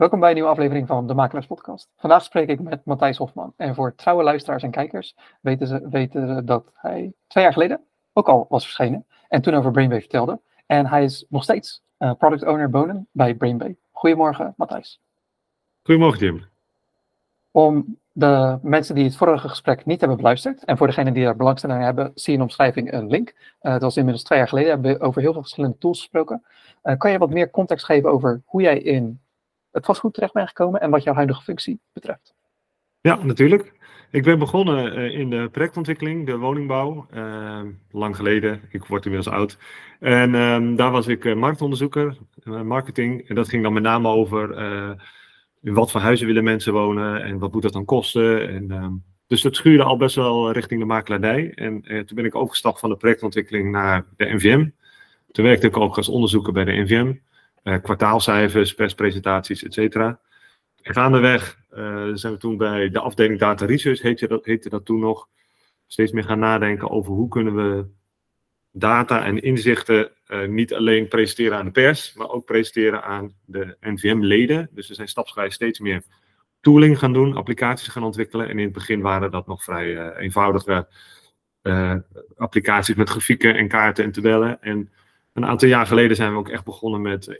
Welkom bij een nieuwe aflevering van de Makelaars Podcast. Vandaag spreek ik met Matthijs Hofman. En voor trouwe luisteraars en kijkers weten ze dat hij 2 jaar geleden ook al was verschenen. En toen over Brainbay vertelde. En hij is nog steeds product owner bonen bij Brainbay. Goedemorgen, Matthijs. Goedemorgen, Jim. Om de mensen die het vorige gesprek niet hebben beluisterd, en voor degenen die daar belangstelling in hebben, zie je in de omschrijving een link. Dat was inmiddels 2 jaar geleden. We hebben over heel veel verschillende tools gesproken. Kan je wat meer context geven over hoe jij in het vastgoed terecht bent gekomen en wat jouw huidige functie betreft? Ja, natuurlijk. Ik ben begonnen in de projectontwikkeling, de woningbouw, lang geleden. Ik word inmiddels oud. En daar was ik marktonderzoeker, marketing. En dat ging dan met name over in wat voor huizen willen mensen wonen en wat moet dat dan kosten. En, dus dat schuurde al best wel richting de makelaardij. En toen ben ik overgestapt van de projectontwikkeling naar de NVM. Toen werkte ik ook als onderzoeker bij de NVM. Kwartaalcijfers, perspresentaties, et cetera. En gaandeweg zijn we toen bij de afdeling Data Research, heette dat toen nog, steeds meer gaan nadenken over hoe kunnen we data en inzichten niet alleen presenteren aan de pers, maar ook presenteren aan de NVM-leden. Dus we zijn stapsgewijs steeds meer tooling gaan doen, applicaties gaan ontwikkelen. En in het begin waren dat nog vrij eenvoudige applicaties met grafieken en kaarten en tabellen. En een aantal jaar geleden zijn we ook echt begonnen met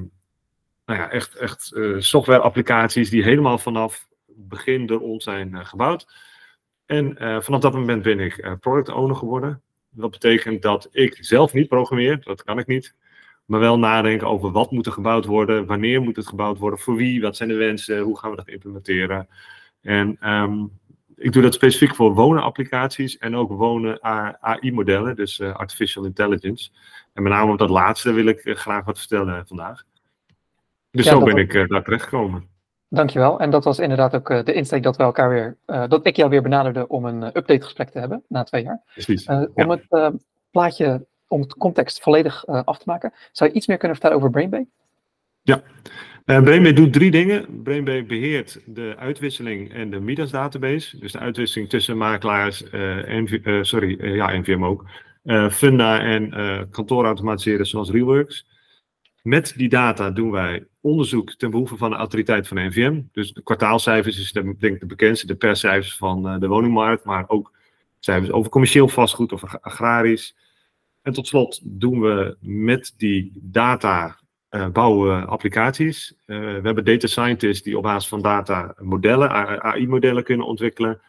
software-applicaties die helemaal vanaf het begin door ons zijn gebouwd. En vanaf dat moment ben ik product owner geworden. Dat betekent dat ik zelf niet programmeer, dat kan ik niet. Maar wel nadenken over wat moet er gebouwd worden, wanneer moet het gebouwd worden, voor wie, wat zijn de wensen, hoe gaan we dat implementeren. En ik doe dat specifiek voor wonen-applicaties en ook wonen AI-modellen, dus Artificial Intelligence. En met name op dat laatste wil ik graag wat vertellen vandaag. Dus ja, zo ben ik daar terechtgekomen. Dankjewel. En dat was inderdaad ook de insteek dat we elkaar weer, dat ik jou weer benaderde om een updategesprek te hebben na 2 jaar. Precies. Om het plaatje, om het context volledig af te maken, zou je iets meer kunnen vertellen over Brainbay? Ja. Brainbay doet 3 dingen. Brainbay beheert de uitwisseling en de Midas database. Dus de uitwisseling tussen makelaars, NVM ook, Funda en kantoorautomatiseren zoals Realworks. Met die data doen wij onderzoek ten behoeve van de autoriteit van de NVM. Dus de kwartaalcijfers is denk ik de bekendste, de perscijfers van de woningmarkt, maar ook cijfers over commercieel vastgoed of agrarisch. En tot slot doen we met die data bouwen applicaties. We hebben data scientists die op basis van data modellen, AI-modellen kunnen ontwikkelen.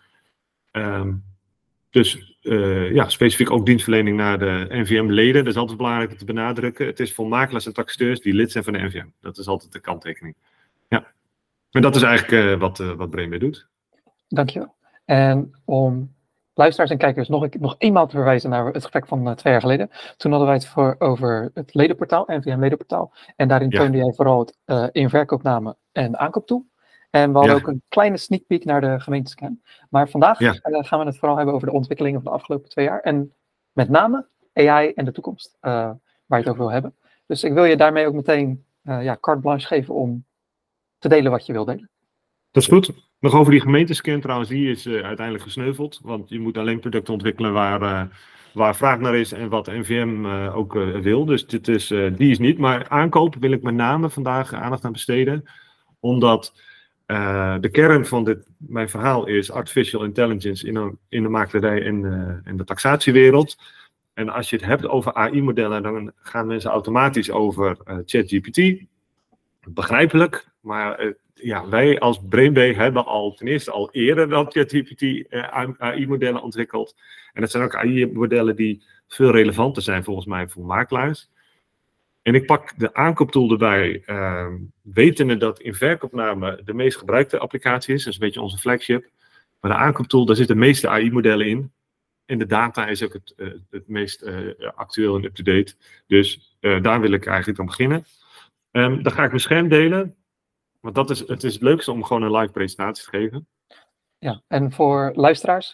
Specifiek ook dienstverlening naar de NVM-leden. Dat is altijd belangrijk om te benadrukken. Het is voor makelaars en taxateurs die lid zijn van de NVM. Dat is altijd de kanttekening. Ja. En dat is eigenlijk wat Brainbay doet. Dankjewel. En om luisteraars en kijkers nog eenmaal te verwijzen naar het gesprek van 2 jaar geleden. Toen hadden wij het over het ledenportaal, NVM-ledenportaal. En daarin toonde jij vooral het inverkoopname en aankooptool. En we hadden ook een kleine sneak peek naar de gemeentescan. Maar vandaag gaan we het vooral hebben over de ontwikkelingen van de afgelopen 2 jaar. En met name AI en de toekomst, waar je het over wil hebben. Dus ik wil je daarmee ook meteen carte blanche geven om te delen wat je wil delen. Dat is goed. Nog over die gemeentescan trouwens, die is uiteindelijk gesneuveld. Want je moet alleen producten ontwikkelen waar vraag naar is en wat NVM ook wil. Dus die is niet. Maar aankoop wil ik met name vandaag aandacht aan besteden. Omdat de kern van mijn verhaal is artificial intelligence in de makelaarij en de taxatiewereld. En als je het hebt over AI-modellen, dan gaan mensen automatisch over ChatGPT. Begrijpelijk, maar wij als Brainbay hebben ten eerste al eerder dan ChatGPT AI-modellen ontwikkeld. En dat zijn ook AI-modellen die veel relevanter zijn volgens mij voor makelaars. En ik pak de aankooptool erbij, wetende dat in verkoopname de meest gebruikte applicatie is. Dat is een beetje onze flagship. Maar de aankooptool, daar zitten de meeste AI-modellen in. En de data is ook het meest actueel en up-to-date. Dus daar wil ik eigenlijk aan beginnen. Dan ga ik mijn scherm delen. Want het is het leukste om gewoon een live presentatie te geven. Ja, en voor luisteraars,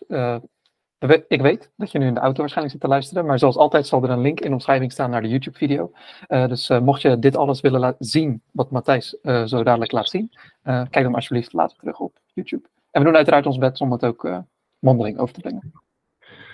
ik weet dat je nu in de auto waarschijnlijk zit te luisteren, maar zoals altijd zal er een link in de omschrijving staan naar de YouTube-video. Dus mocht je dit alles willen laten zien, wat Matthijs zo dadelijk laat zien, kijk dan alsjeblieft later terug op YouTube. En we doen uiteraard ons best om het ook mondeling over te brengen.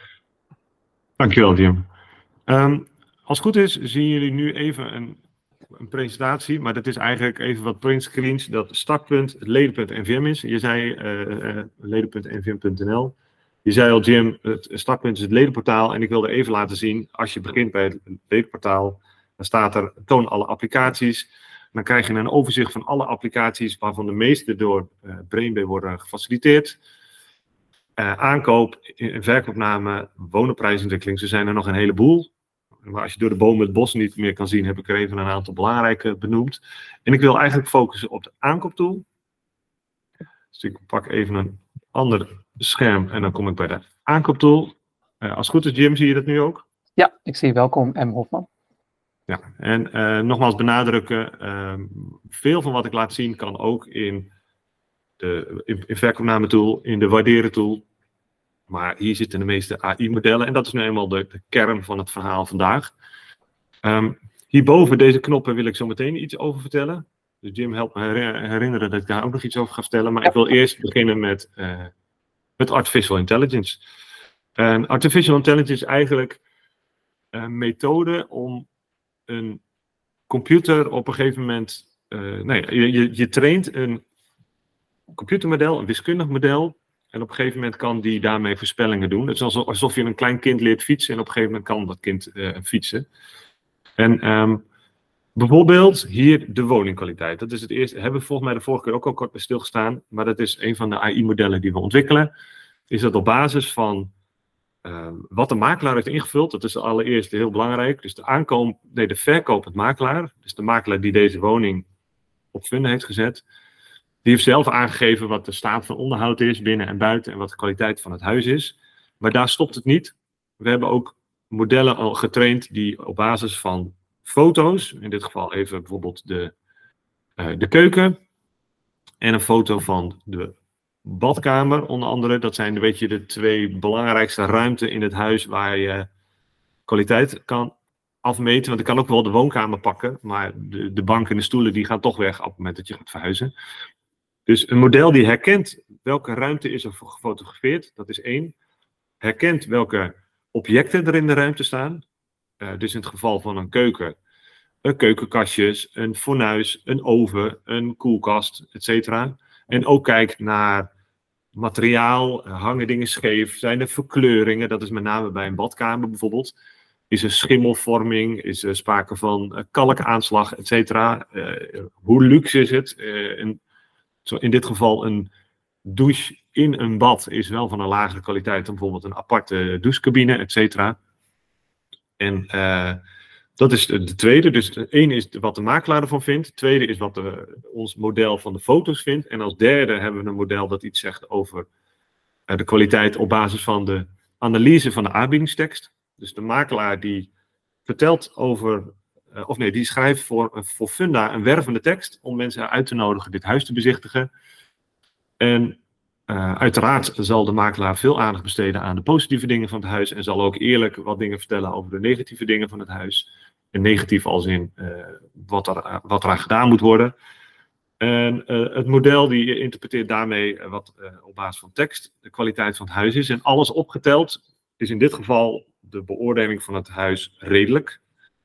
Dankjewel, Jim. Als het goed is, zien jullie nu even een een presentatie, maar dat is eigenlijk even wat printscreens. Dat startpunt, het ledenpunt.nvm is. Je zei leden.nvm.nl. Je zei al, Jim, het startpunt is het ledenportaal. En ik wilde even laten zien, als je begint bij het ledenportaal, dan staat er, toon alle applicaties. Dan krijg je een overzicht van alle applicaties, waarvan de meeste door BrainBay worden gefaciliteerd. Aankoop, verkoopname, wonenprijsontwikkeling. Ze zijn er nog een heleboel. Maar als je door de bomen het bos niet meer kan zien, heb ik er even een aantal belangrijke benoemd. En ik wil eigenlijk focussen op de aankooptool. Dus ik pak even een ander scherm en dan kom ik bij de aankooptool. Als het goed is, Jim, zie je dat nu ook? Ja, ik zie welkom M. Hofman. Ja, en nogmaals benadrukken, veel van wat ik laat zien kan ook in de verkoopname tool, in de waarderen tool. Maar hier zitten de meeste AI-modellen en dat is nu eenmaal de kern van het verhaal vandaag. Hierboven deze knoppen wil ik zo meteen iets over vertellen. Dus Jim helpt me herinneren dat ik daar ook nog iets over ga vertellen. Maar ik wil eerst beginnen met artificial intelligence. Artificial intelligence is eigenlijk een methode om een computer op een gegeven moment... je traint een computermodel, een wiskundig model... En op een gegeven moment kan die daarmee voorspellingen doen. Het is alsof je een klein kind leert fietsen en op een gegeven moment kan dat kind fietsen. En bijvoorbeeld hier de woningkwaliteit. Dat is het eerste. Hebben we volgens mij de vorige keer ook al kort bij stilgestaan. Maar dat is een van de AI-modellen die we ontwikkelen. Is dat op basis van wat de makelaar heeft ingevuld. Dat is allereerst heel belangrijk. Dus de verkopend makelaar. Dus de makelaar die deze woning op Funda heeft gezet. Die heeft zelf aangegeven wat de staat van onderhoud is, binnen en buiten, en wat de kwaliteit van het huis is. Maar daar stopt het niet. We hebben ook modellen al getraind die op basis van foto's, in dit geval even bijvoorbeeld de keuken, en een foto van de badkamer, onder andere. Dat zijn de 2 belangrijkste ruimten in het huis waar je kwaliteit kan afmeten. Want ik kan ook wel de woonkamer pakken, maar de banken en de stoelen die gaan toch weg op het moment dat je gaat verhuizen. Dus een model die herkent welke ruimte is er gefotografeerd, dat is 1. Herkent welke objecten er in de ruimte staan. Dus in het geval van een keuken, keukenkastjes, een fornuis, een oven, een koelkast, etc. En ook kijkt naar materiaal, hangen dingen scheef, zijn er verkleuringen, dat is met name bij een badkamer bijvoorbeeld. Is er schimmelvorming, is er sprake van kalkaanslag, etc. Hoe luxe is het? In dit geval een douche in een bad is wel van een lagere kwaliteit dan bijvoorbeeld een aparte douchecabine, et cetera. En dat is de tweede. Dus 1 is wat de makelaar ervan vindt. Het tweede is wat ons model van de foto's vindt. En als derde hebben we een model dat iets zegt over de kwaliteit op basis van de analyse van de aanbiedingstekst. Dus de makelaar die vertelt over... die schrijft voor Funda een wervende tekst om mensen uit te nodigen dit huis te bezichtigen. En uiteraard zal de makelaar veel aandacht besteden aan de positieve dingen van het huis en zal ook eerlijk wat dingen vertellen over de negatieve dingen van het huis. En negatief als in wat er aan gedaan moet worden. En het model die interpreteert daarmee wat op basis van tekst de kwaliteit van het huis is. En alles opgeteld is in dit geval de beoordeling van het huis redelijk.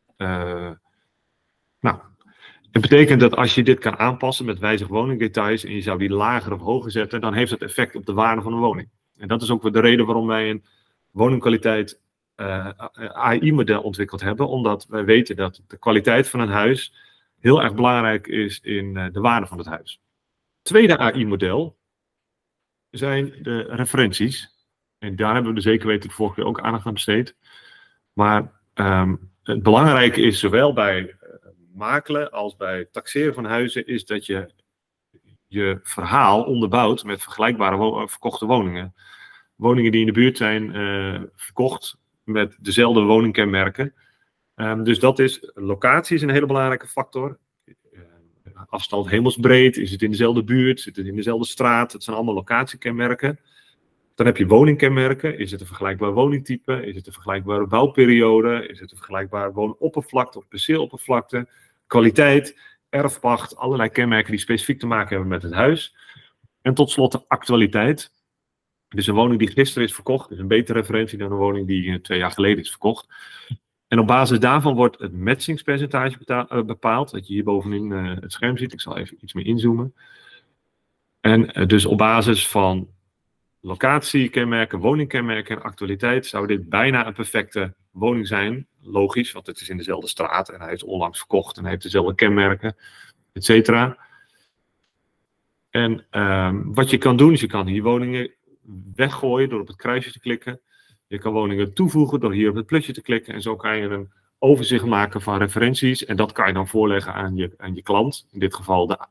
Het betekent dat als je dit kan aanpassen met wijzig woningdetails en je zou die lager of hoger zetten, dan heeft dat effect op de waarde van een woning. En dat is ook de reden waarom wij een woningkwaliteit AI-model ontwikkeld hebben, omdat wij weten dat de kwaliteit van een huis heel erg belangrijk is in de waarde van het huis. Tweede AI-model zijn de referenties. En daar hebben we zeker weten de vorige keer ook aandacht aan besteed. Maar het belangrijke is zowel bij makelen als bij taxeren van huizen is dat je je verhaal onderbouwt met vergelijkbare verkochte woningen. Woningen die in de buurt zijn verkocht met dezelfde woningkenmerken. Dus dat is, locatie is een hele belangrijke factor. Afstand hemelsbreed, is het in dezelfde buurt, zit het in dezelfde straat, dat zijn allemaal locatiekenmerken. Dan heb je woningkenmerken, is het een vergelijkbaar woningtype, is het een vergelijkbare bouwperiode, is het een vergelijkbaar woonoppervlakte of perceeloppervlakte, kwaliteit, erfpacht, allerlei kenmerken die specifiek te maken hebben met het huis. En tot slot de actualiteit. Dus een woning die gisteren is verkocht is een betere referentie dan een woning die 2 jaar geleden is verkocht. En op basis daarvan wordt het matchingspercentage bepaald. Dat je hier bovenin het scherm ziet. Ik zal even iets meer inzoomen. En dus op basis van locatiekenmerken, woningkenmerken en actualiteit zou dit bijna een perfecte woning zijn. Logisch, want het is in dezelfde straat en hij heeft onlangs verkocht en hij heeft dezelfde kenmerken, et cetera. En wat je kan doen is je kan hier woningen weggooien door op het kruisje te klikken. Je kan woningen toevoegen door hier op het plusje te klikken. En zo kan je een overzicht maken van referenties. En dat kan je dan voorleggen aan je klant. In dit geval de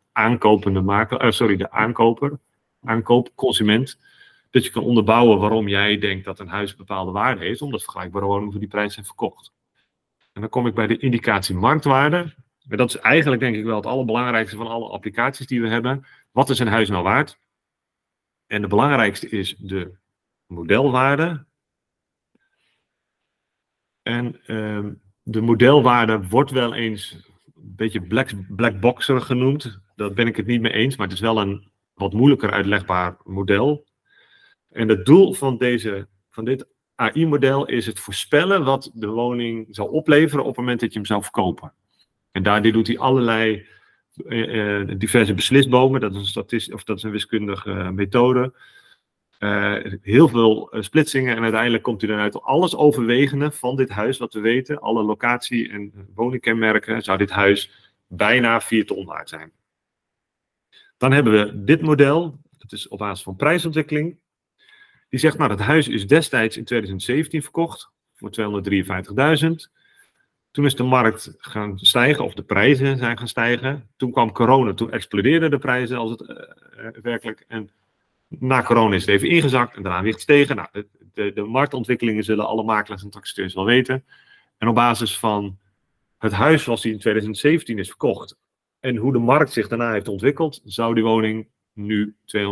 aankoopconsument. Dat je kan onderbouwen waarom jij denkt dat een huis een bepaalde waarde heeft. Omdat vergelijkbare woningen voor die prijs zijn verkocht. En dan kom ik bij de indicatie marktwaarde. En dat is eigenlijk denk ik wel het allerbelangrijkste van alle applicaties die we hebben. Wat is een huis nou waard? En de belangrijkste is de modelwaarde. En de modelwaarde wordt wel eens een beetje blackboxer genoemd. Daar ben ik het niet mee eens, maar het is wel een wat moeilijker uitlegbaar model. En het doel van dit AI-model is het voorspellen wat de woning zal opleveren op het moment dat je hem zou verkopen. En daardoor doet hij allerlei diverse beslisbomen. Dat is een wiskundige methode. Heel veel splitsingen en uiteindelijk komt hij dan uit alles overwegende van dit huis wat we weten. Alle locatie- en woningkenmerken zou dit huis bijna 4 ton waard zijn. Dan hebben we dit model. Dat is op basis van prijsontwikkeling. Die zegt, nou, dat huis is destijds in 2017 verkocht voor 253.000. Toen is de markt gaan stijgen, of de prijzen zijn gaan stijgen. Toen kwam corona, toen explodeerden de prijzen als het werkelijk. En na corona is het even ingezakt en daarna weer gestegen. Nou, de marktontwikkelingen zullen alle makelaars en taxateurs wel weten. En op basis van het huis zoals die in 2017 is verkocht en hoe de markt zich daarna heeft ontwikkeld, zou die woning nu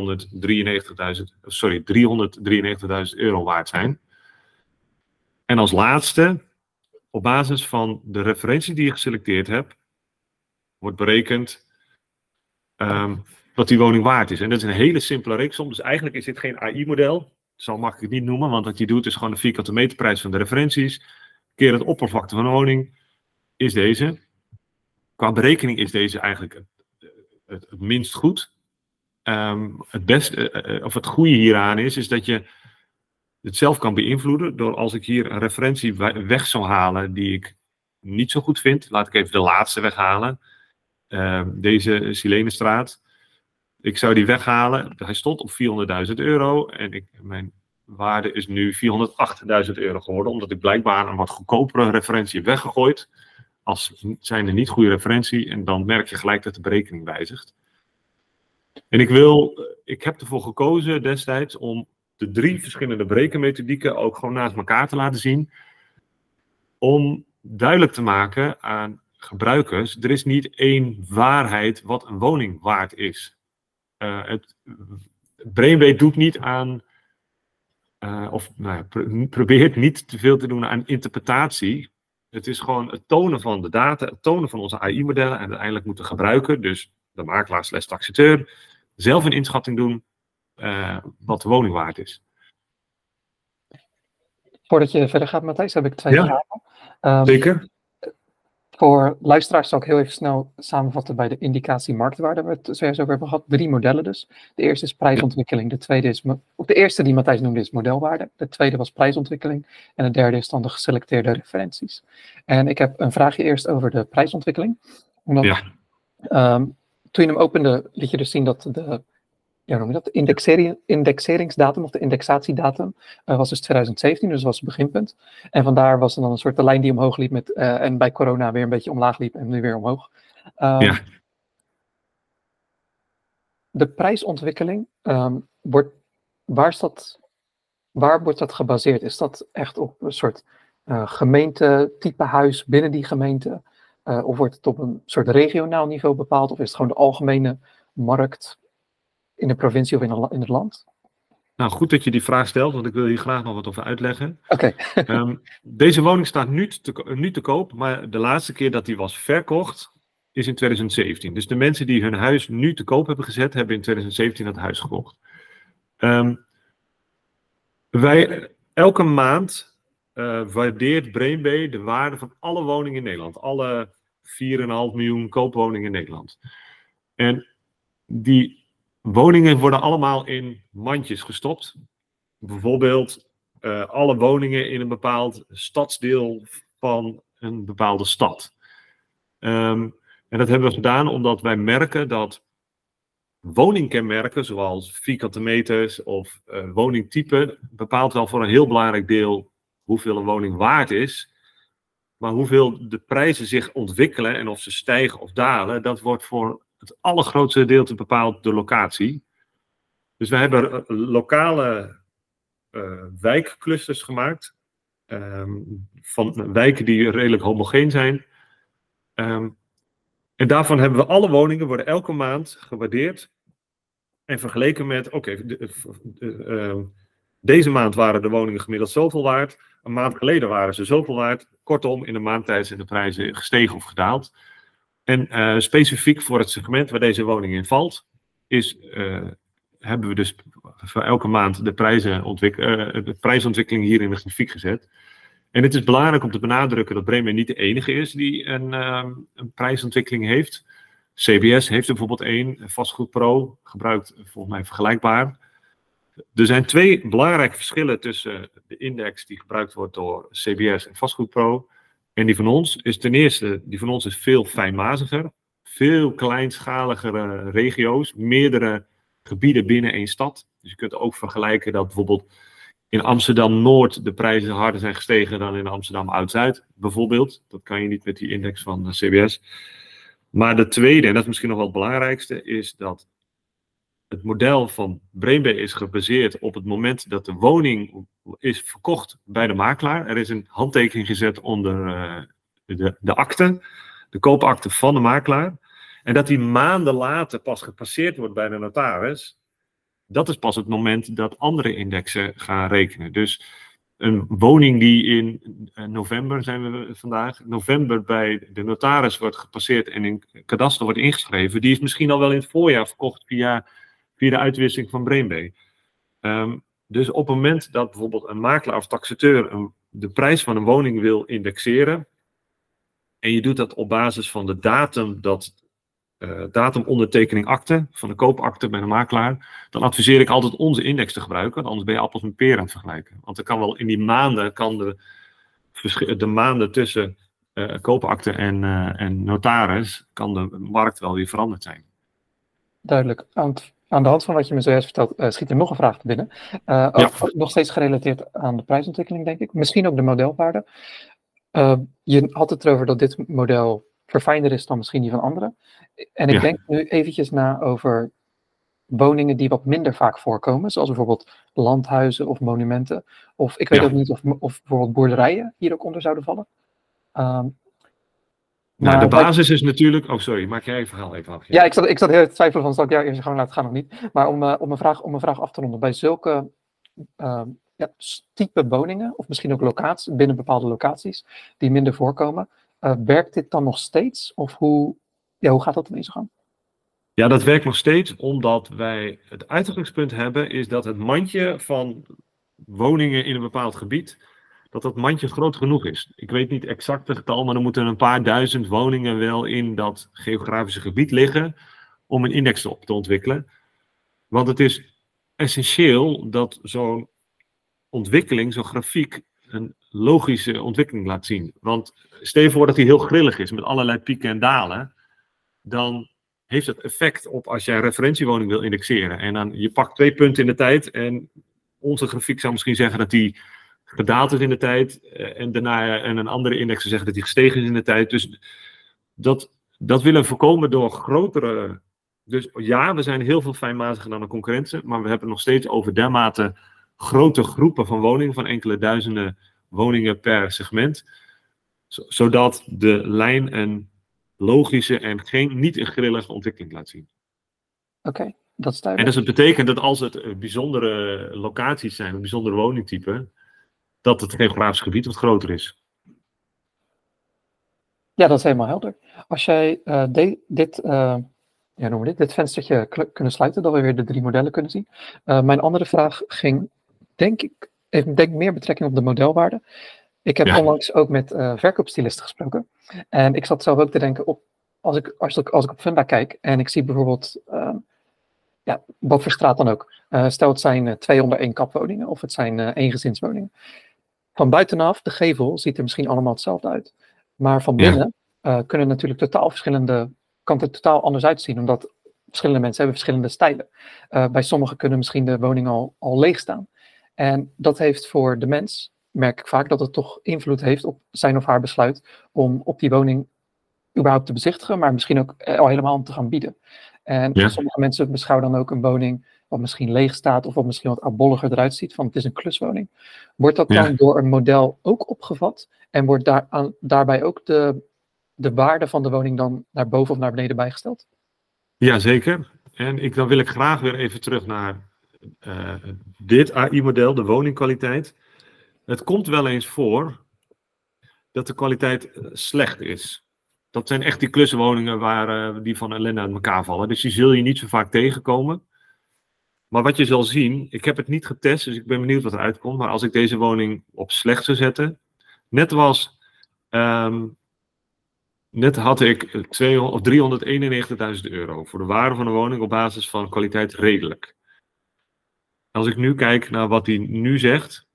393.000 euro waard zijn. En als laatste, op basis van de referentie die je geselecteerd hebt, wordt berekend wat die woning waard is. En dat is een hele simpele reeksom. Dus eigenlijk is dit geen AI-model. Zo mag ik het niet noemen, want wat je doet is gewoon de vierkante meterprijs van de referenties. Keer het oppervlakte van de woning is deze. Qua berekening is deze eigenlijk het minst goed. Het beste, of het goede hieraan is dat je het zelf kan beïnvloeden door als ik hier een referentie weg zou halen die ik niet zo goed vind. Laat ik even de laatste weghalen. Deze Silenestraat. Ik zou die weghalen. Hij stond op 400.000 euro en mijn waarde is nu 408.000 euro geworden, omdat ik blijkbaar een wat goedkopere referentie heb weggegooid. Als zijn er niet goede referentie en dan merk je gelijk dat de berekening wijzigt. En ik heb ervoor gekozen destijds om de 3 verschillende berekenmethodieken ook gewoon naast elkaar te laten zien. Om duidelijk te maken aan gebruikers, er is niet één waarheid wat een woning waard is. Brainwave doet niet aan, probeert niet te veel te doen aan interpretatie. Het is gewoon het tonen van de data, het tonen van onze AI-modellen en uiteindelijk moet de gebruiker, dus de makelaar / taxateur, zelf een inschatting doen wat de woning waard is. Voordat je verder gaat, Matthijs, heb ik 2 vragen. Zeker. Voor luisteraars zal ik heel even snel samenvatten bij de indicatie marktwaarde, waar we het zojuist over hebben gehad. 3 modellen dus. De eerste is prijsontwikkeling, de eerste die Matthijs noemde is modelwaarde, de tweede was prijsontwikkeling en de derde is dan de geselecteerde referenties. En ik heb een vraagje eerst over de prijsontwikkeling. Omdat, toen je hem opende, liet je dus zien dat de indexeringsdatum of de indexatiedatum was dus 2017, dus was het beginpunt. En vandaar was er dan een soort de lijn die omhoog liep en bij corona weer een beetje omlaag liep en nu weer omhoog. De prijsontwikkeling, waar wordt dat gebaseerd? Is dat echt op een soort gemeente-type huis binnen die gemeente? Of wordt het op een soort regionaal niveau bepaald? Of is het gewoon de algemene markt in de provincie of in het land? Nou, goed dat je die vraag stelt, want ik wil hier graag nog wat over uitleggen. Oké. Deze woning staat nu te koop, maar de laatste keer dat die was verkocht is in 2017. Dus de mensen die hun huis nu te koop hebben gezet, hebben in 2017 dat huis gekocht. Elke maand waardeert Brainbay de waarde van alle woningen in Nederland. Alle 4,5 miljoen koopwoningen in Nederland. En die woningen worden allemaal in mandjes gestopt. Bijvoorbeeld alle woningen in een bepaald stadsdeel van een bepaalde stad. En dat hebben we gedaan omdat wij merken dat woningkenmerken, zoals vierkante meters of woningtype, bepaalt wel voor een heel belangrijk deel hoeveel een woning waard is. Maar hoeveel de prijzen zich ontwikkelen en of ze stijgen of dalen, dat wordt voor het allergrootste gedeelte bepaald door locatie. Dus we hebben lokale wijkclusters gemaakt. Van wijken die redelijk homogeen zijn. En daarvan hebben we alle woningen, worden elke maand gewaardeerd. En vergeleken met, deze maand waren de woningen gemiddeld zoveel waard. Een maand geleden waren ze zoveel waard. Kortom, in een maand tijd zijn de prijzen gestegen of gedaald. En specifiek voor het segment waar deze woning in valt, hebben we dus voor elke maand de prijsontwikkeling hier in de grafiek gezet. En het is belangrijk om te benadrukken dat Brainbay niet de enige is die een prijsontwikkeling heeft. CBS heeft er bijvoorbeeld één, Vastgoedpro gebruikt volgens mij vergelijkbaar. Er zijn twee belangrijke verschillen tussen de index die gebruikt wordt door CBS en Vastgoedpro en die van ons. Is ten eerste, die van ons is veel fijnmaziger, veel kleinschaligere regio's, meerdere gebieden binnen één stad. Dus je kunt ook vergelijken dat bijvoorbeeld in Amsterdam-Noord de prijzen harder zijn gestegen dan in Amsterdam-Oud-Zuid, bijvoorbeeld. Dat kan je niet met die index van CBS. Maar de tweede, en dat is misschien nog wel het belangrijkste, is dat het model van Brainbay is gebaseerd op het moment dat de woning is verkocht bij de makelaar. Er is een handtekening gezet onder de akte, de koopakte van de makelaar. En dat die maanden later pas gepasseerd wordt bij de notaris. Dat is pas het moment dat andere indexen gaan rekenen. Dus een woning die in november, zijn we vandaag, november bij de notaris wordt gepasseerd en in kadaster wordt ingeschreven, die is misschien al wel in het voorjaar verkocht via de uitwisseling van Brainbay. Dus op het moment dat bijvoorbeeld een makelaar of taxateur de prijs van een woning wil indexeren, en je doet dat op basis van de datumondertekening akte, van de koopakte bij de makelaar, dan adviseer ik altijd onze index te gebruiken, want anders ben je appels met peren aan het vergelijken. Want er kan wel in die maanden, de maanden tussen koopakte en notaris, kan de markt wel weer veranderd zijn. Duidelijk. Aan de hand van wat je me zojuist vertelt, schiet er nog een vraag te binnen. Ook nog steeds gerelateerd aan de prijsontwikkeling, denk ik. Misschien ook de modelwaarde. Je had het erover dat dit model verfijnder is dan misschien die van anderen. En ik denk nu eventjes na over woningen die wat minder vaak voorkomen, zoals bijvoorbeeld landhuizen of monumenten. Of ik weet ook niet of bijvoorbeeld boerderijen hier ook onder zouden vallen. Nou, de basis is natuurlijk... Oh, sorry, maak jij je verhaal even af. Ja, ik zat heel te twijfelen van, zal ik jou eerst gewoon laten gaan of niet? Maar om een vraag af te ronden, bij zulke type woningen, of misschien ook locaties, binnen bepaalde locaties, die minder voorkomen, werkt dit dan nog steeds? Of hoe gaat dat in deze gang? Ja, dat werkt nog steeds, omdat wij het uitgangspunt hebben, is dat het mandje van woningen in een bepaald gebied, dat mandje groot genoeg is. Ik weet niet exact het getal, maar er moeten een paar duizend woningen wel in dat geografische gebied liggen om een index te ontwikkelen. Want het is essentieel dat zo'n ontwikkeling, zo'n grafiek, een logische ontwikkeling laat zien. Want stel je voor dat die heel grillig is met allerlei pieken en dalen, dan heeft het effect op als jij een referentiewoning wil indexeren. En dan je pakt 2 punten in de tijd en onze grafiek zou misschien zeggen dat die gedaald is in de tijd en daarna en een andere index zou zeggen dat die gestegen is in de tijd. Dus dat willen we voorkomen door grotere... Dus ja, we zijn heel veel fijnmaziger dan de concurrentie, maar we hebben nog steeds over dermate grote groepen van woningen, van enkele duizenden woningen per segment, zodat de lijn een logische en niet een grillige ontwikkeling laat zien. Oké, dat is duidelijk. En dus het betekent dat als het bijzondere locaties zijn, een bijzondere woningtype, dat het geografisch gebied wat groter is. Ja, dat is helemaal helder. Als jij dit venstertje kunnen sluiten, dat we weer de 3 modellen kunnen zien. Mijn andere vraag ging, denk ik, heeft meer betrekking op de modelwaarde. Ik heb onlangs ook met verkoopstylisten gesproken. En ik zat zelf ook te denken, als ik op Funda kijk en ik zie bijvoorbeeld, wat voor straat dan ook. Stel het zijn 2 onder 1 kapwoningen of het zijn eengezinswoningen. Van buitenaf, de gevel, ziet er misschien allemaal hetzelfde uit. Maar van binnen kunnen natuurlijk kan het totaal anders uitzien, omdat verschillende mensen hebben verschillende stijlen. Bij sommigen kunnen misschien de woningen al leeg staan. En dat heeft voor de mens, merk ik vaak, dat het toch invloed heeft op zijn of haar besluit om op die woning überhaupt te bezichtigen, maar misschien ook al helemaal om te gaan bieden. En sommige mensen beschouwen dan ook een woning wat misschien leeg staat of wat misschien wat oudbolliger eruit ziet, van het is een kluswoning. Wordt dat dan door een model ook opgevat en wordt daarbij ook de waarde van de woning dan naar boven of naar beneden bijgesteld? Jazeker. En dan wil ik graag weer even terug naar dit AI-model, de woningkwaliteit. Het komt wel eens voor dat de kwaliteit slecht is. Dat zijn echt die kluswoningen die van ellende uit elkaar vallen. Dus die zul je niet zo vaak tegenkomen. Maar wat je zal zien, ik heb het niet getest, dus ik ben benieuwd wat eruit komt. Maar als ik deze woning op slecht zou zetten, net had ik 391.000 euro voor de waarde van de woning op basis van kwaliteit redelijk. Als ik nu kijk naar wat hij nu zegt,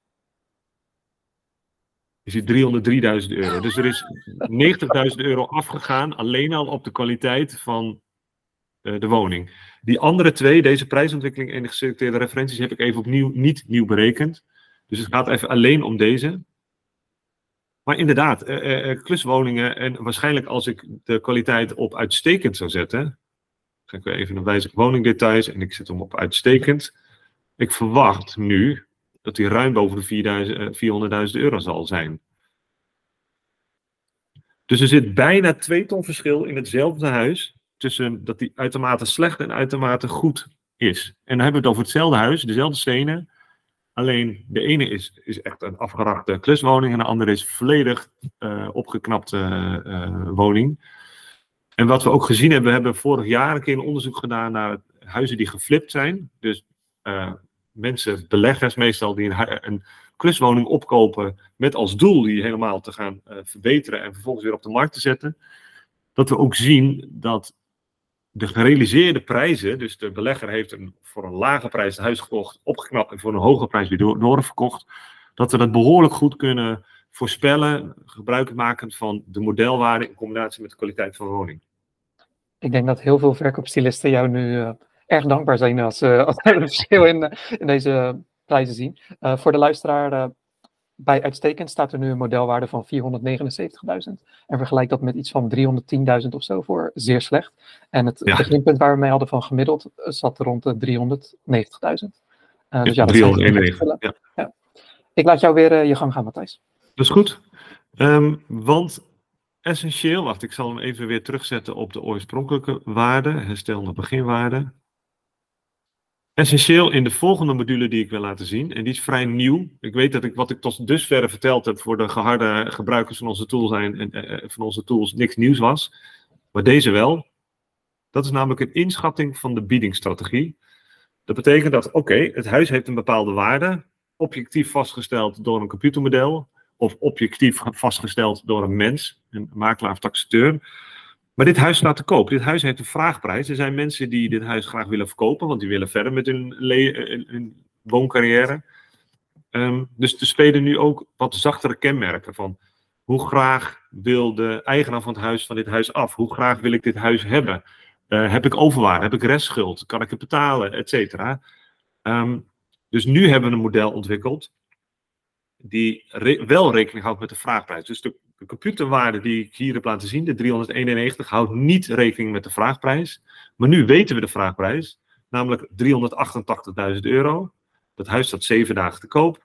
is hij 303.000 euro. Dus er is 90.000 euro afgegaan alleen al op de kwaliteit van de woning. Die andere 2, deze prijsontwikkeling en de geselecteerde referenties, heb ik even opnieuw niet nieuw berekend. Dus het gaat even alleen om deze. Maar inderdaad, kluswoningen en waarschijnlijk als ik de kwaliteit op uitstekend zou zetten, ga ik weer even naar wijzig woningdetails en ik zet hem op uitstekend. Ik verwacht nu dat hij ruim boven de 400.000 euro zal zijn. Dus er zit bijna 2 ton verschil in hetzelfde huis tussen dat die uitermate slecht en uitermate goed is. En dan hebben we het over hetzelfde huis, dezelfde stenen. Alleen de ene is echt een afgerakte kluswoning en de andere is volledig opgeknapte woning. En wat we ook gezien hebben, we hebben vorig jaar een keer een onderzoek gedaan naar huizen die geflipt zijn. Dus mensen, beleggers meestal, die een kluswoning opkopen met als doel die helemaal te gaan verbeteren en vervolgens weer op de markt te zetten. Dat we ook zien dat de gerealiseerde prijzen, dus de belegger heeft voor een lage prijs het huis gekocht, opgeknapt en voor een hoge prijs weer doorverkocht, dat we dat behoorlijk goed kunnen voorspellen, gebruikmakend van de modelwaarde in combinatie met de kwaliteit van de woning. Ik denk dat heel veel verkoopstylisten jou nu erg dankbaar zijn als we een verschil in deze prijzen zien. Voor de luisteraar, bij uitstekend staat er nu een modelwaarde van 479.000. En vergelijk dat met iets van 310.000 of zo voor zeer slecht. En het beginpunt waar we mee hadden van gemiddeld zat rond de 390.000. Dus ja, 391. Ja. Ik laat jou weer je gang gaan, Matthijs. Dat is goed. Want essentieel, wacht, ik zal hem even weer terugzetten op de oorspronkelijke waarde, herstelde beginwaarde. Essentieel in de volgende module die ik wil laten zien, en die is vrij nieuw. Ik weet dat wat ik tot dusverre verteld heb voor de geharde gebruikers van onze tools van onze tools niks nieuws was. Maar deze wel. Dat is namelijk een inschatting van de biedingsstrategie. Dat betekent dat, het huis heeft een bepaalde waarde, objectief vastgesteld door een computermodel, of objectief vastgesteld door een mens, een makelaar of taxateur. Maar dit huis staat te koop. Dit huis heeft een vraagprijs. Er zijn mensen die dit huis graag willen verkopen, want die willen verder met hun wooncarrière. Dus er spelen nu ook wat zachtere kenmerken van hoe graag wil de eigenaar van het huis van dit huis af? Hoe graag wil ik dit huis hebben? Heb ik overwaarde? Heb ik restschuld? Kan ik het betalen? Etcetera. Dus nu hebben we een model ontwikkeld die wel rekening houdt met de vraagprijs. Dus de computerwaarde die ik hier heb laten zien, de 391, houdt niet rekening met de vraagprijs. Maar nu weten we de vraagprijs, namelijk 388.000 euro. Dat huis staat 7 dagen te koop.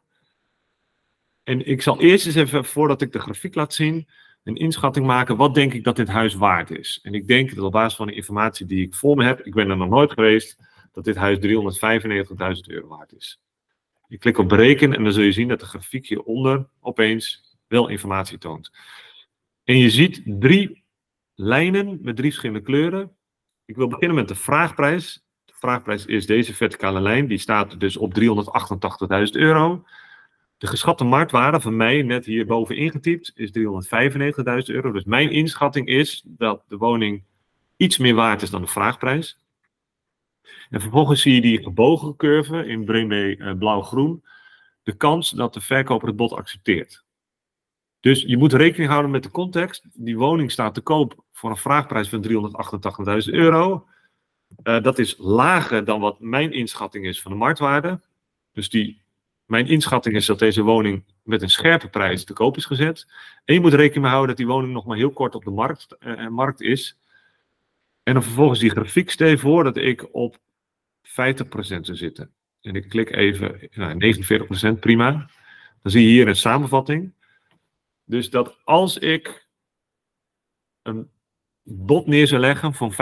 En ik zal eerst eens even, voordat ik de grafiek laat zien, een inschatting maken. Wat denk ik dat dit huis waard is? En ik denk dat op basis van de informatie die ik voor me heb, ik ben er nog nooit geweest, dat dit huis 395.000 euro waard is. Ik klik op berekenen en dan zul je zien dat de grafiek hieronder opeens wel informatie toont. En je ziet 3 lijnen met 3 verschillende kleuren. Ik wil beginnen met de vraagprijs. De vraagprijs is deze verticale lijn. Die staat dus op 388.000 euro. De geschatte marktwaarde van mij, net hierboven ingetypt, is €395.000. Dus mijn inschatting is dat de woning iets meer waard is dan de vraagprijs. En vervolgens zie je die gebogen curve in BREEAM blauw-groen. De kans dat de verkoper het bod accepteert. Dus je moet rekening houden met de context. Die woning staat te koop voor een vraagprijs van €388.000. Dat is lager dan wat mijn inschatting is van de marktwaarde. Dus mijn inschatting is dat deze woning met een scherpe prijs te koop is gezet. En je moet rekening mee houden dat die woning nog maar heel kort op de markt is. En dan vervolgens die grafiek stel je voor dat ik op 50% zou zitten. En ik klik even, 49%, prima. Dan zie je hier een samenvatting. Dus dat als ik een bod neer zou leggen van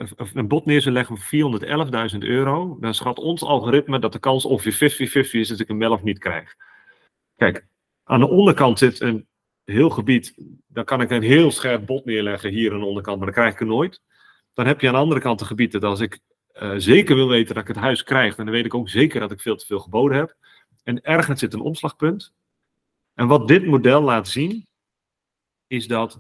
€411.000, dan schat ons algoritme dat de kans ongeveer 50-50 is dat ik hem wel of niet krijg. Kijk, aan de onderkant zit een heel gebied, dan kan ik een heel scherp bod neerleggen hier aan de onderkant, maar dan krijg ik het nooit. Dan heb je aan de andere kant een gebied dat als ik zeker wil weten dat ik het huis krijg, dan weet ik ook zeker dat ik veel te veel geboden heb. En ergens zit een omslagpunt. En wat dit model laat zien, is dat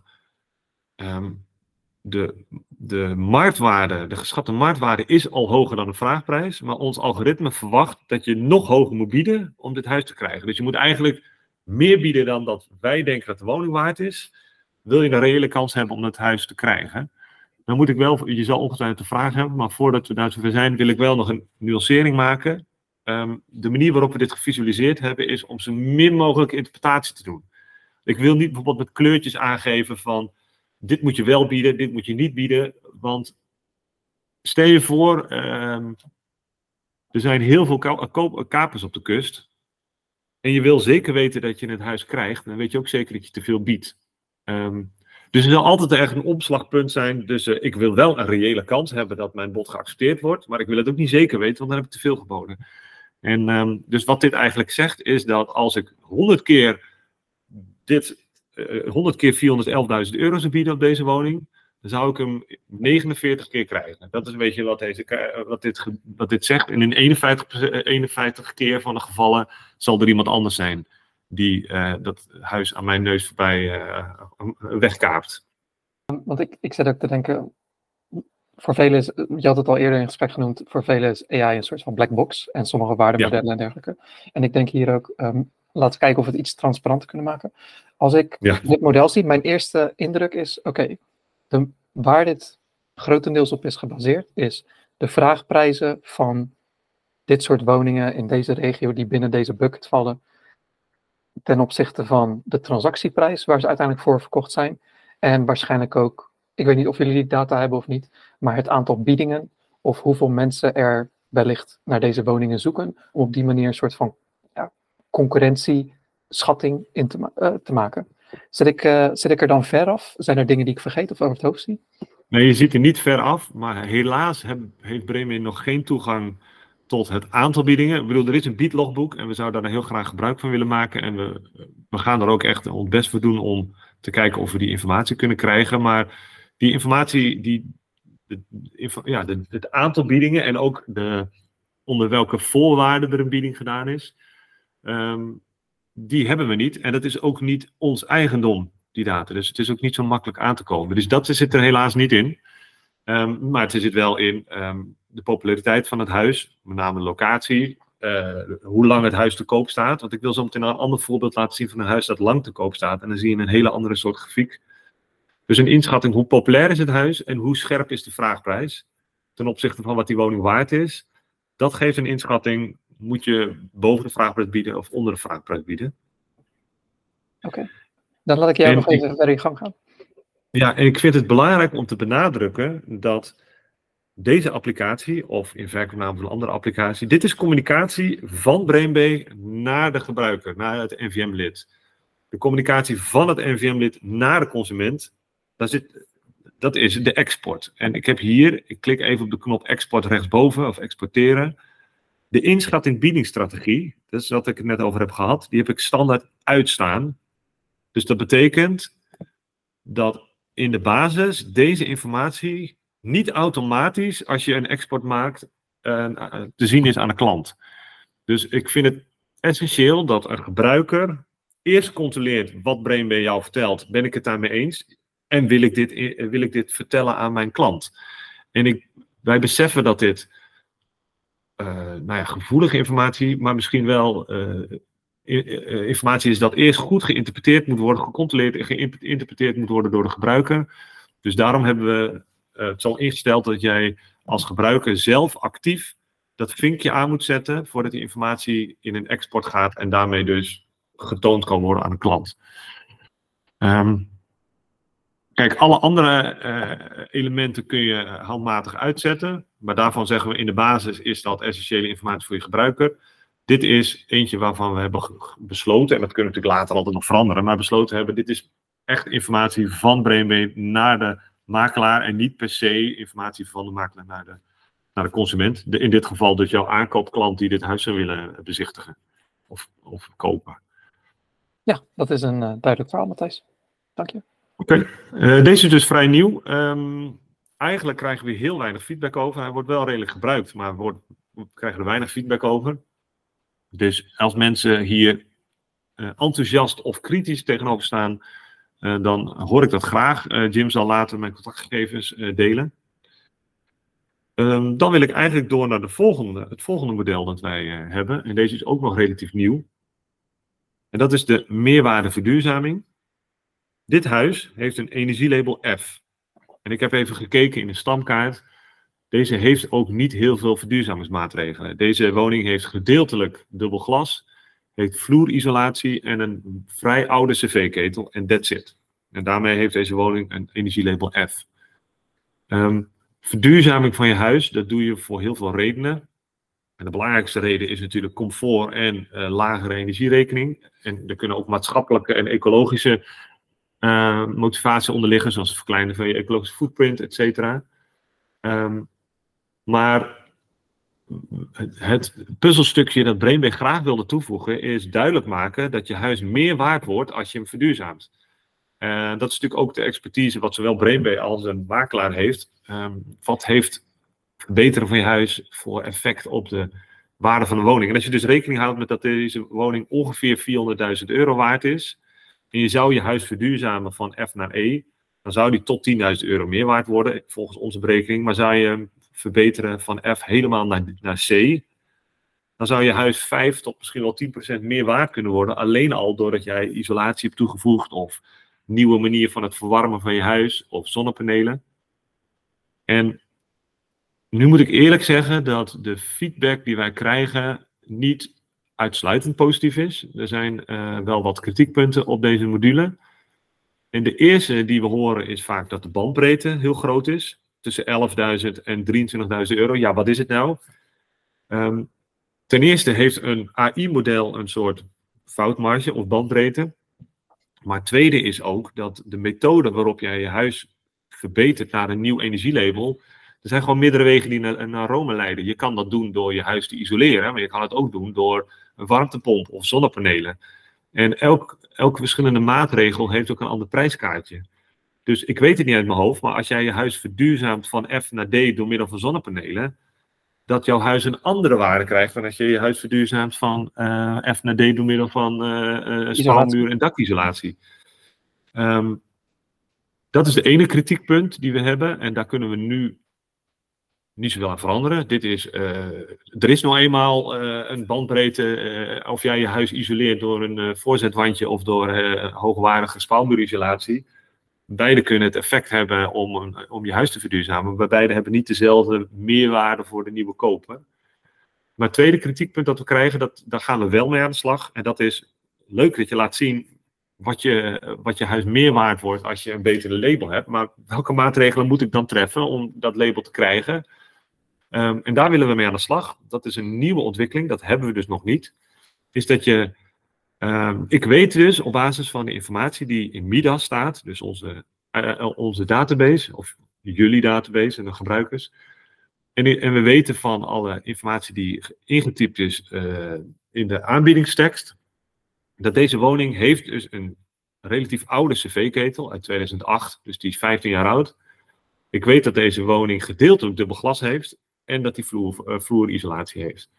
de marktwaarde, de geschatte marktwaarde is al hoger dan de vraagprijs, maar ons algoritme verwacht dat je nog hoger moet bieden om dit huis te krijgen. Dus je moet eigenlijk meer bieden dan dat wij denken dat de woning waard is, wil je een reële kans hebben om het huis te krijgen. Dan moet ik wel, je zal ongetwijfeld de vraag hebben, maar voordat we daar zover zijn, wil ik wel nog een nuancering maken. De manier waarop we dit gevisualiseerd hebben, is om zo min mogelijk interpretatie te doen. Ik wil niet bijvoorbeeld met kleurtjes aangeven van, dit moet je wel bieden, dit moet je niet bieden, want stel je voor, er zijn heel veel kapers op de kust, en je wil zeker weten dat je het huis krijgt, dan weet je ook zeker dat je te veel biedt. Dus er zal altijd echt een omslagpunt zijn. Dus ik wil wel een reële kans hebben dat mijn bod geaccepteerd wordt. Maar ik wil het ook niet zeker weten, want dan heb ik te veel geboden. En dus wat dit eigenlijk zegt is dat als ik 100 keer €411.000 zou bieden op deze woning, dan zou ik hem 49 keer krijgen. Dat is een beetje wat dit zegt. En in 51 keer van de gevallen zal er iemand anders zijn die dat huis aan mijn neus voorbij wegkaapt. Want ik zit ook te denken, voor velen is, je had het al eerder in gesprek genoemd, voor velen is AI een soort van black box en sommige waardemodellen en dergelijke. En ik denk hier ook, laten we kijken of we het iets transparanter kunnen maken. Als ik dit model zie, mijn eerste indruk is, oké, waar dit grotendeels op is gebaseerd, is de vraagprijzen van dit soort woningen in deze regio die binnen deze bucket vallen, ten opzichte van de transactieprijs waar ze uiteindelijk voor verkocht zijn. En waarschijnlijk ook, ik weet niet of jullie die data hebben of niet, maar het aantal biedingen of hoeveel mensen er wellicht naar deze woningen zoeken, om op die manier een soort van concurrentieschatting in te maken. Zit ik er dan ver af? Zijn er dingen die ik vergeet of over het hoofd zie? Nee, je ziet er niet ver af, maar helaas heeft BREEAM nog geen toegang tot het aantal biedingen. Ik bedoel, er is een biedlogboek en we zouden daar heel graag gebruik van willen maken. En we gaan er ook echt ons best voor doen om te kijken of we die informatie kunnen krijgen. Maar die informatie, het aantal biedingen en ook onder welke voorwaarden er een bieding gedaan is, die hebben we niet. En dat is ook niet ons eigendom, die data. Dus het is ook niet zo makkelijk aan te komen. Dus dat zit er helaas niet in. Maar het zit wel in de populariteit van het huis, met name de locatie, hoe lang het huis te koop staat. Want ik wil zo meteen een ander voorbeeld laten zien van een huis dat lang te koop staat. En dan zie je een hele andere soort grafiek. Dus een inschatting, hoe populair is het huis en hoe scherp is de vraagprijs ten opzichte van wat die woning waard is. Dat geeft een inschatting, moet je boven de vraagprijs bieden of onder de vraagprijs bieden. Oké. Dan laat ik jou nog even verder in gang gaan. Ja, en ik vind het belangrijk om te benadrukken dat deze applicatie, of in verkoopnaam van een andere applicatie, dit is communicatie van BREEAM naar de gebruiker, naar het NVM-lid. De communicatie van het NVM-lid naar de consument, dat is de export. En ik heb hier, ik klik even op de knop export rechtsboven, of exporteren. De inschatting biedingsstrategie, dat is wat ik het net over heb gehad, die heb ik standaard uitstaan. Dus dat betekent dat in de basis deze informatie niet automatisch, als je een export maakt, te zien is aan de klant. Dus ik vind het essentieel dat een gebruiker eerst controleert wat BrainBay jou vertelt. Ben ik het daarmee eens? En wil ik dit vertellen aan mijn klant? En wij beseffen dat dit gevoelige informatie, maar misschien wel informatie is dat eerst goed geïnterpreteerd moet worden, gecontroleerd en geïnterpreteerd moet worden door de gebruiker. Dus daarom hebben we het zo ingesteld dat jij als gebruiker zelf actief dat vinkje aan moet zetten voordat die informatie in een export gaat en daarmee dus getoond kan worden aan de klant. Kijk, alle andere elementen kun je handmatig uitzetten, maar daarvan zeggen we in de basis is dat essentiële informatie voor je gebruiker. Dit is eentje waarvan we hebben besloten, en dat kunnen we natuurlijk later altijd nog veranderen, maar besloten hebben, dit is echt informatie van BrainBay naar de makelaar en niet per se informatie van de makelaar naar de consument. In dit geval dus jouw aankoopklant die dit huis zou willen bezichtigen of kopen. Ja, dat is een duidelijk verhaal, Matthijs. Dank je. Oké. Deze is dus vrij nieuw. Eigenlijk krijgen we heel weinig feedback over. Hij wordt wel redelijk gebruikt, maar we krijgen er weinig feedback over. Dus als mensen hier enthousiast of kritisch tegenover staan, dan hoor ik dat graag. Jim zal later mijn contactgegevens delen. Dan wil ik eigenlijk door naar het volgende model dat wij hebben. En deze is ook nog relatief nieuw. En dat is de meerwaardeverduurzaming. Dit huis heeft een energielabel F. En ik heb even gekeken in de stamkaart. Deze heeft ook niet heel veel verduurzamingsmaatregelen. Deze woning heeft gedeeltelijk dubbel glas, heeft vloerisolatie en een vrij oude cv-ketel en that's it. En daarmee heeft deze woning een energielabel F. Verduurzaming van je huis, dat doe je voor heel veel redenen. En de belangrijkste reden is natuurlijk comfort en lagere energierekening. En er kunnen ook maatschappelijke en ecologische motivatie onder liggen, zoals het verkleinen van je ecologische footprint, et cetera. Maar het puzzelstukje dat BrainBay graag wilde toevoegen is duidelijk maken dat je huis meer waard wordt als je hem verduurzaamt. Dat is natuurlijk ook de expertise wat zowel BrainBay als een makelaar heeft. Wat heeft verbeteren van je huis voor effect op de waarde van de woning? En als je dus rekening houdt met dat deze woning ongeveer €400.000 waard is, en je zou je huis verduurzamen van F naar E, dan zou die tot €10.000 meer waard worden, volgens onze berekening. Maar zou je hem verbeteren van F helemaal naar C, dan zou je huis 5 tot misschien wel 10% meer waard kunnen worden, alleen al doordat jij isolatie hebt toegevoegd, of nieuwe manier van het verwarmen van je huis, of zonnepanelen. En nu moet ik eerlijk zeggen dat de feedback die wij krijgen niet uitsluitend positief is. Er zijn wel wat kritiekpunten op deze module. En de eerste die we horen is vaak dat de bandbreedte heel groot is. Tussen €11.000 en €23.000. Ja, wat is het nou? Ten eerste heeft een AI-model een soort foutmarge of bandbreedte. Maar het tweede is ook dat de methode waarop jij je huis verbetert naar een nieuw energielabel, er zijn gewoon meerdere wegen die naar Rome leiden. Je kan dat doen door je huis te isoleren, maar je kan het ook doen door een warmtepomp of zonnepanelen. En elke verschillende maatregel heeft ook een ander prijskaartje. Dus ik weet het niet uit mijn hoofd, maar als jij je huis verduurzaamt van F naar D door middel van zonnepanelen, dat jouw huis een andere waarde krijgt dan als je je huis verduurzaamt van F naar D door middel van spouwmuur en dakisolatie. Dat is de ene kritiekpunt die we hebben en daar kunnen we nu niet zoveel aan veranderen. Er is nou eenmaal een bandbreedte, of jij je huis isoleert door een voorzetwandje of door hoogwaardige spouwmuurisolatie. Beide kunnen het effect hebben om je huis te verduurzamen, maar beide hebben niet dezelfde meerwaarde voor de nieuwe koper. Maar het tweede kritiekpunt dat we krijgen, daar gaan we wel mee aan de slag. En dat is leuk dat je laat zien wat je huis meer waard wordt als je een betere label hebt. Maar welke maatregelen moet ik dan treffen om dat label te krijgen? En daar willen we mee aan de slag. Dat is een nieuwe ontwikkeling, dat hebben we dus nog niet. Is dat ik weet dus op basis van de informatie die in Midas staat, dus onze database, of jullie database en de gebruikers. En we weten van alle informatie die ingetypt is in de aanbiedingstekst, dat deze woning heeft dus een relatief oude cv-ketel uit 2008, dus die is 15 jaar oud. Ik weet dat deze woning gedeeltelijk dubbel glas heeft en dat die vloerisolatie heeft.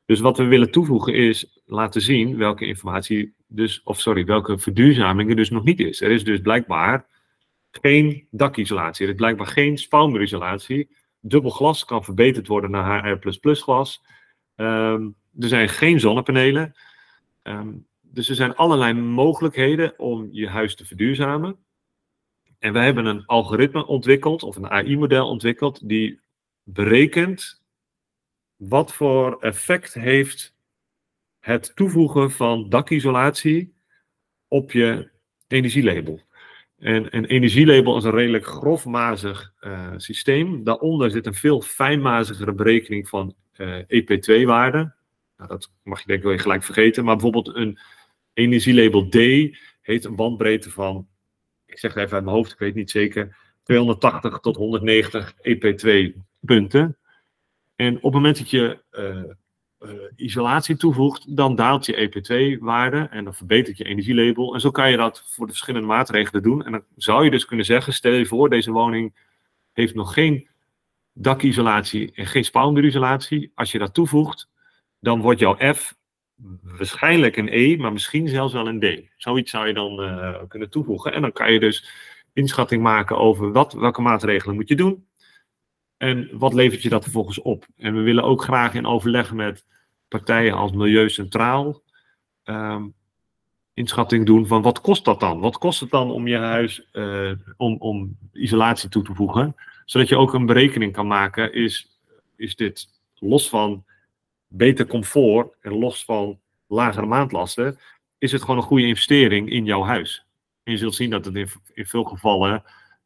Dus wat we willen toevoegen is laten zien welke informatie welke verduurzaming er dus nog niet is. Er is dus blijkbaar geen dakisolatie. Er is blijkbaar geen spouwmuurisolatie. Dubbel glas kan verbeterd worden naar HR++ glas. Er zijn geen zonnepanelen. Dus er zijn allerlei mogelijkheden om je huis te verduurzamen. En wij hebben een algoritme ontwikkeld, of een AI-model ontwikkeld, die berekent wat voor effect heeft het toevoegen van dakisolatie op je energielabel. En een energielabel is een redelijk grofmazig systeem. Daaronder zit een veel fijnmazigere berekening van EP2-waarden. Nou, dat mag je denk ik wel gelijk vergeten. Maar bijvoorbeeld een energielabel D heeft een bandbreedte van, ik zeg het even uit mijn hoofd, ik weet niet zeker, 280 tot 190 EP2 punten. En op het moment dat je isolatie toevoegt, dan daalt je EP2-waarde en dan verbetert je energielabel. En zo kan je dat voor de verschillende maatregelen doen. En dan zou je dus kunnen zeggen, stel je voor, deze woning heeft nog geen dakisolatie en geen spouwmuurisolatie. Als je dat toevoegt, dan wordt jouw F waarschijnlijk een E, maar misschien zelfs wel een D. Zoiets zou je dan kunnen toevoegen. En dan kan je dus inschatting maken over welke maatregelen moet je doen. En wat levert je dat vervolgens op? En we willen ook graag in overleg met partijen als Milieu Centraal inschatting doen van wat kost dat dan? Wat kost het dan om je huis om isolatie toe te voegen? Zodat je ook een berekening kan maken, is dit los van beter comfort en los van lagere maandlasten, is het gewoon een goede investering in jouw huis. En je zult zien dat het in veel gevallen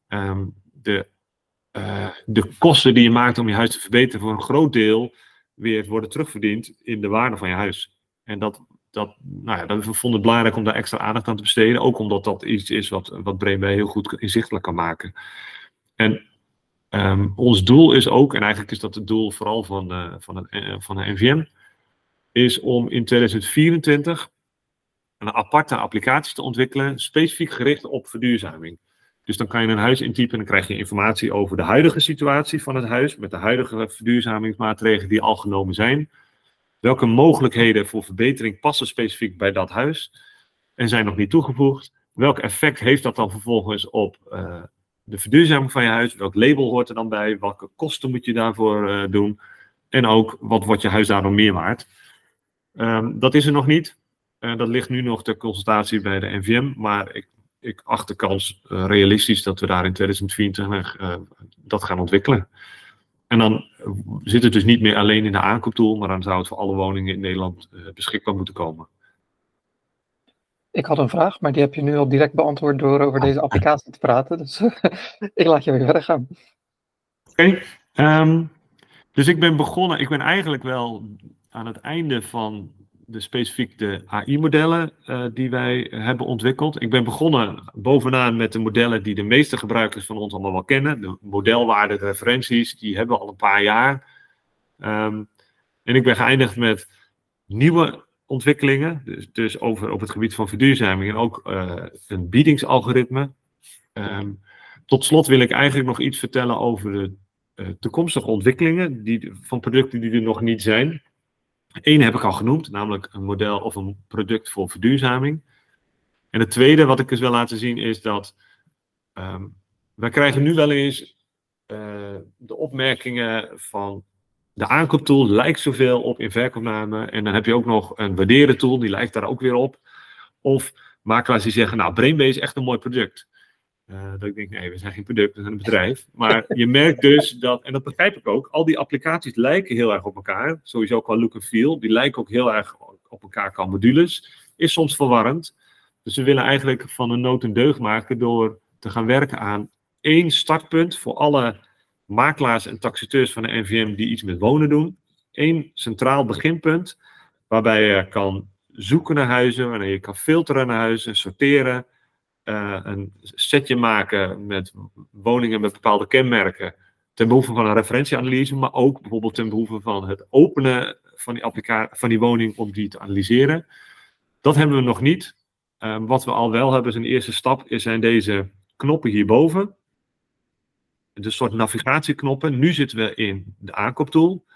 de kosten die je maakt om je huis te verbeteren voor een groot deel weer worden terugverdiend in de waarde van je huis. En dat we vonden het belangrijk om daar extra aandacht aan te besteden. Ook omdat dat iets is wat BrainBay heel goed inzichtelijk kan maken. En ons doel is ook, en eigenlijk is dat het doel vooral van de NVM, is om in 2024 een aparte applicatie te ontwikkelen, specifiek gericht op verduurzaming. Dus dan kan je een huis intypen en dan krijg je informatie over de huidige situatie van het huis, met de huidige verduurzamingsmaatregelen die al genomen zijn. Welke mogelijkheden voor verbetering passen specifiek bij dat huis en zijn nog niet toegevoegd? Welk effect heeft dat dan vervolgens op de verduurzaming van je huis? Welk label hoort er dan bij? Welke kosten moet je daarvoor doen? En ook, wat wordt je huis daardoor meer waard? Dat is er nog niet. Dat ligt nu nog ter consultatie bij de NVM, maar ik acht de kans realistisch dat we daar in 2024 dat gaan ontwikkelen. En dan zit het dus niet meer alleen in de aankooptool, maar dan zou het voor alle woningen in Nederland beschikbaar moeten komen. Ik had een vraag, maar die heb je nu al direct beantwoord door over deze applicatie te praten. Dus ik laat je weer verder gaan. Oké. Dus ik ben eigenlijk wel aan het einde van de AI-modellen die wij hebben ontwikkeld. Ik ben begonnen bovenaan met de modellen die de meeste gebruikers van ons allemaal wel kennen. De modelwaarden, de referenties, die hebben we al een paar jaar. En ik ben geëindigd met nieuwe ontwikkelingen, dus op het gebied van verduurzaming en ook een biedingsalgoritme. Tot slot wil ik eigenlijk nog iets vertellen over de toekomstige ontwikkelingen van producten die er nog niet zijn. Eén heb ik al genoemd, namelijk een model of een product voor verduurzaming. En het tweede wat ik eens wil laten zien is dat wij krijgen nu wel eens de opmerkingen van de aankooptool lijkt zoveel op in verkoopname. En dan heb je ook nog een waarderen tool, die lijkt daar ook weer op. Of makelaars die zeggen, nou, BrainBay is echt een mooi product. Dat ik denk, nee, we zijn geen product, we zijn een bedrijf. Maar je merkt dus dat, en dat begrijp ik ook, al die applicaties lijken heel erg op elkaar. Sowieso qua look en feel. Die lijken ook heel erg op elkaar qua modules. Is soms verwarrend. Dus we willen eigenlijk van een nood een deugd maken door te gaan werken aan één startpunt voor alle makelaars en taxateurs van de NVM die iets met wonen doen. Eén centraal beginpunt waarbij je kan zoeken naar huizen, wanneer je kan filteren naar huizen, sorteren. Een setje maken met woningen met bepaalde kenmerken ten behoeve van een referentieanalyse, maar ook bijvoorbeeld ten behoeve van het openen van die woning om die te analyseren. Dat hebben we nog niet. Wat we al wel hebben, is een eerste stap, zijn deze knoppen hierboven. Een soort navigatieknoppen. Nu zitten we in de aankooptool. Op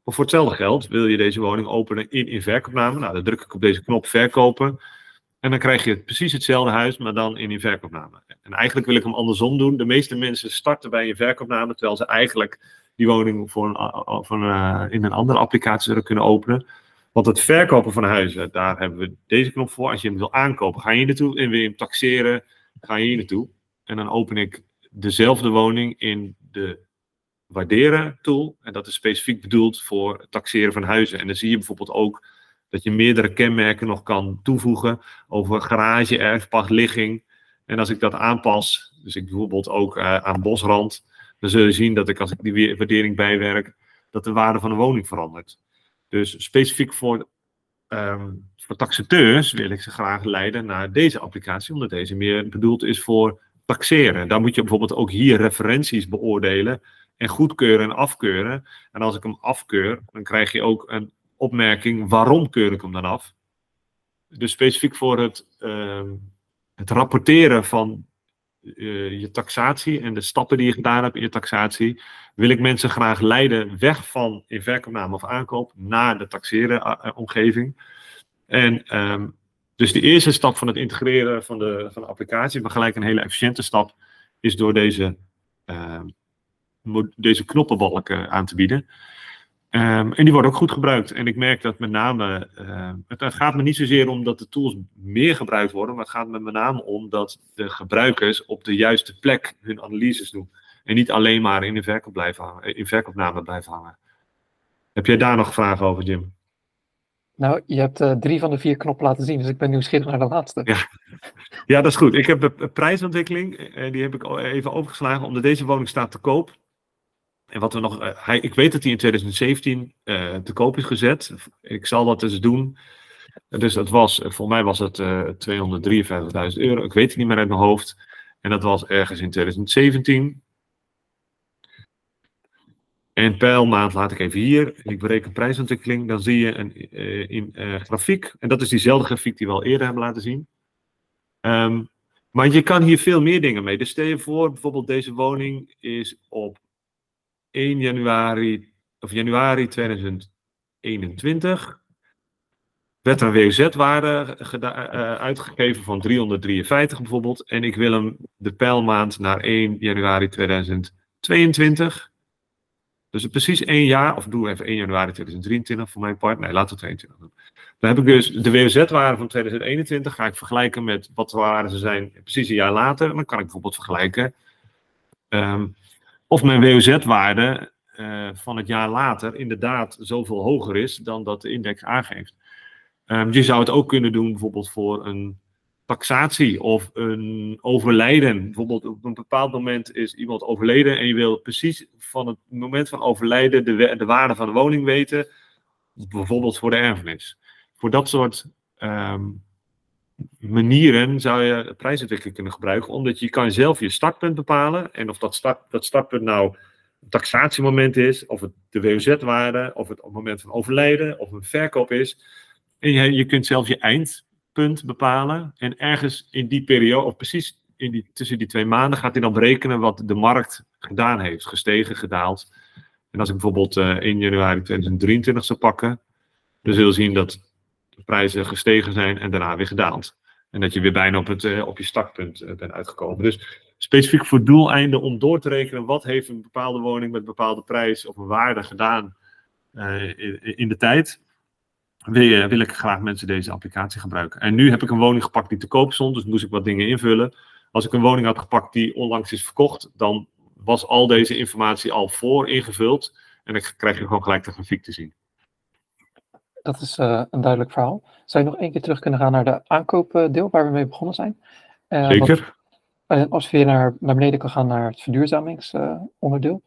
Maar voor hetzelfde geld wil je deze woning openen in verkoopname. Nou, dan druk ik op deze knop verkopen. En dan krijg je precies hetzelfde huis, maar dan in verkoopname. En eigenlijk wil ik hem andersom doen. De meeste mensen starten bij een verkoopname, terwijl ze eigenlijk die woning in een andere applicatie zouden kunnen openen. Want het verkopen van huizen, daar hebben we deze knop voor. Als je hem wil aankopen, ga je hier naartoe. En wil je hem taxeren, ga je hier naartoe. En dan open ik dezelfde woning in de waarderen tool. En dat is specifiek bedoeld voor het taxeren van huizen. En dan zie je bijvoorbeeld ook dat je meerdere kenmerken nog kan toevoegen over garage, erfpacht, ligging. En als ik dat aanpas, dus ik bijvoorbeeld ook aan bosrand, dan zul je zien dat als ik die waardering bijwerk, dat de waarde van de woning verandert. Dus specifiek voor taxateurs wil ik ze graag leiden naar deze applicatie, omdat deze meer bedoeld is voor taxeren. Daar moet je bijvoorbeeld ook hier referenties beoordelen en goedkeuren en afkeuren. En als ik hem afkeur, dan krijg je ook een opmerking, waarom keur ik hem dan af? Dus specifiek voor het rapporteren van je taxatie en de stappen die je gedaan hebt in je taxatie, wil ik mensen graag leiden weg van in verkoopname of aankoop naar de taxeren omgeving. En dus de eerste stap van het integreren van de applicatie, maar gelijk een hele efficiënte stap, is door deze knoppenbalken aan te bieden. En die worden ook goed gebruikt. En ik merk dat met name, het gaat me niet zozeer om dat de tools meer gebruikt worden, maar het gaat me met name om dat de gebruikers op de juiste plek hun analyses doen. En niet alleen maar in de verkoopname blijven hangen. Heb jij daar nog vragen over, Jim? Nou, je hebt 3 van de 4 knoppen laten zien, dus ik ben nieuwsgierig naar de laatste. Ja, dat is goed. Ik heb een prijsontwikkeling, die heb ik even overgeslagen, omdat deze woning staat te koop. En wat we nog, ik weet dat hij in 2017 te koop is gezet. Ik zal dat dus doen. Dus dat was, voor mij was het €253.000. Ik weet het niet meer uit mijn hoofd. En dat was ergens in 2017. En per maand laat ik even hier. Ik bereken prijsontwikkeling. Dan zie je een grafiek. En dat is diezelfde grafiek die we al eerder hebben laten zien. Maar je kan hier veel meer dingen mee. Dus stel je voor, bijvoorbeeld deze woning is op 1 januari 2021 werd er een WOZ-waarde uitgegeven van 353 bijvoorbeeld. En ik wil hem de pijlmaand naar 1 januari 2022. Dus precies 1 jaar, of doe even 1 januari 2023 voor mijn part. Nee, laten we 22 doen. Dan heb ik dus de WOZ-waarde van 2021. Ga ik vergelijken met wat de waarden ze zijn precies een jaar later. En dan kan ik bijvoorbeeld vergelijken of mijn WOZ-waarde van het jaar later inderdaad zoveel hoger is dan dat de index aangeeft. Je zou het ook kunnen doen bijvoorbeeld voor een taxatie of een overlijden. Bijvoorbeeld op een bepaald moment is iemand overleden en je wil precies van het moment van overlijden de waarde van de woning weten. Bijvoorbeeld voor de erfenis. Voor dat soort manieren zou je prijsontwikkeling kunnen gebruiken, omdat je kan zelf je startpunt bepalen. En of dat startpunt nou een taxatiemoment is, of het de WOZ-waarde, of het op het moment van overlijden, of een verkoop is. En je kunt zelf je eindpunt bepalen. En ergens in die periode, of precies tussen die 2 maanden, gaat hij dan berekenen wat de markt gedaan heeft. Gestegen, gedaald. En als ik bijvoorbeeld 1 januari 2023 zou pakken, dan zul je zien dat de prijzen gestegen zijn en daarna weer gedaald. En dat je weer bijna op je startpunt bent uitgekomen. Dus specifiek voor doeleinden om door te rekenen wat heeft een bepaalde woning met een bepaalde prijs of een waarde gedaan in de tijd, wil ik graag mensen deze applicatie gebruiken. En nu heb ik een woning gepakt die te koop stond, dus moest ik wat dingen invullen. Als ik een woning had gepakt die onlangs is verkocht, dan was al deze informatie al voor ingevuld. En dan krijg je gewoon gelijk de grafiek te zien. Dat is een duidelijk verhaal. Zou je nog 1 keer terug kunnen gaan naar de aankoopdeel waar we mee begonnen zijn? Zeker. Als we weer naar beneden kan gaan naar het verduurzamingsonderdeel.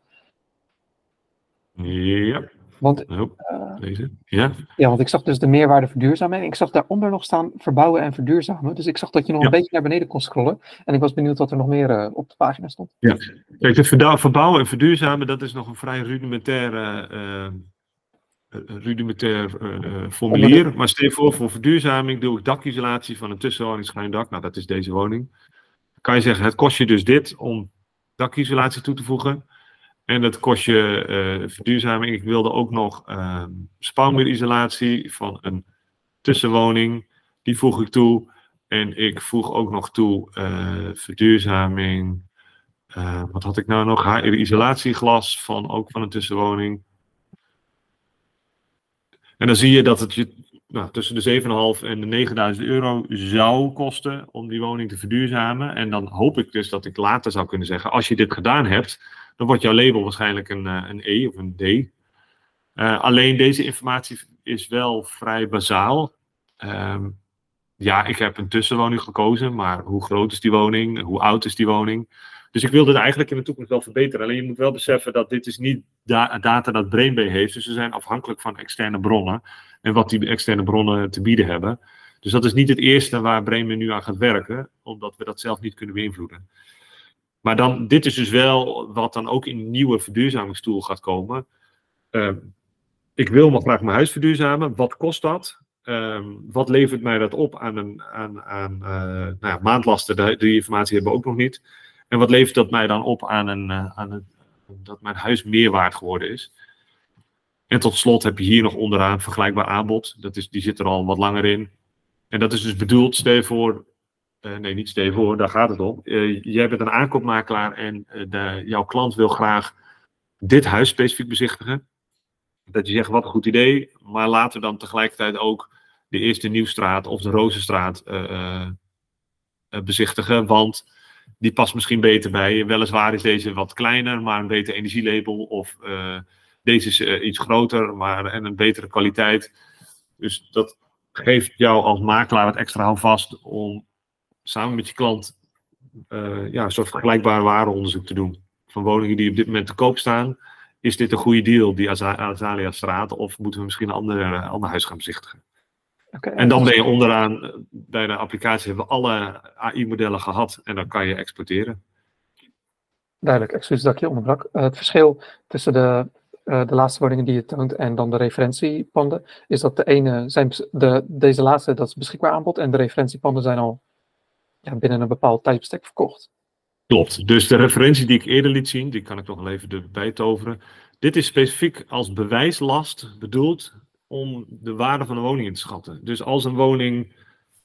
Ja. Want, deze. Ja, want ik zag dus de meerwaarde verduurzamen. Ik zag daaronder nog staan verbouwen en verduurzamen. Dus ik zag dat je nog een beetje naar beneden kon scrollen. En ik was benieuwd wat er nog meer op de pagina stond. Ja, kijk, het verbouwen en verduurzamen, dat is nog een vrij rudimentair formulier. Maar stel je voor verduurzaming doe ik dakisolatie van een tussenwoning schuin dak. Nou, dat is deze woning. Dan kan je zeggen, het kost je dus dit om dakisolatie toe te voegen. En dat kost je verduurzaming. Ik wilde ook nog spouwmuurisolatie van een tussenwoning. Die voeg ik toe. En ik voeg ook nog toe verduurzaming. Wat had ik nou nog? Isolatieglas ook van een tussenwoning. En dan zie je dat het je tussen de 7.500 en de 9.000 euro zou kosten om die woning te verduurzamen. En dan hoop ik dus dat ik later zou kunnen zeggen, als je dit gedaan hebt, dan wordt jouw label waarschijnlijk een E of een D. Alleen deze informatie is wel vrij bazaal. Ja, ik heb een tussenwoning gekozen, maar hoe groot is die woning? Hoe oud is die woning? Dus ik wil dit eigenlijk in de toekomst wel verbeteren. Alleen je moet wel beseffen dat dit is niet data dat BrainBay heeft. Dus we zijn afhankelijk van externe bronnen en wat die externe bronnen te bieden hebben. Dus dat is niet het eerste waar BrainBay nu aan gaat werken, omdat we dat zelf niet kunnen beïnvloeden. Maar dan, dit is dus wel wat dan ook in een nieuwe verduurzamingstool gaat komen. Ik wil maar graag mijn huis verduurzamen. Wat kost dat? Wat levert mij dat op aan maandlasten? Die informatie hebben we ook nog niet. En wat levert dat mij dan op dat mijn huis meer waard geworden is? En tot slot heb je hier nog onderaan vergelijkbaar aanbod. Die zit er al wat langer in. En dat is dus bedoeld, stel je voor, niet stel je voor, daar gaat het om. Jij bent een aankoopmakelaar en jouw klant wil graag dit huis specifiek bezichtigen. Dat je zegt, wat een goed idee, maar laten we dan tegelijkertijd ook de Eerste Nieuwstraat of de Rozenstraat bezichtigen, want die past misschien beter bij je. Weliswaar is deze wat kleiner, maar een beter energielabel, of deze is iets groter, maar en een betere kwaliteit. Dus dat geeft jou als makelaar wat extra houvast om samen met je klant een soort vergelijkbaar waardeonderzoek te doen. Van woningen die op dit moment te koop staan. Is dit een goede deal, die Azalea-straat, of moeten we misschien een ander huis gaan bezichtigen? Okay, en dan ben je onderaan, bij de applicatie hebben we alle AI-modellen gehad en dan kan je exporteren. Duidelijk, excuus dat ik je onderbrak. Het verschil tussen de laatste woningen die je toont en dan de referentiepanden, is dat de ene, deze laatste, dat is beschikbaar aanbod, en de referentiepanden zijn al binnen een bepaald tijdsbestek verkocht. Klopt, dus de referentie die ik eerder liet zien, die kan ik nog wel even erbij toveren. Dit is specifiek als bewijslast bedoeld om de waarde van een woning in te schatten. Dus als een woning,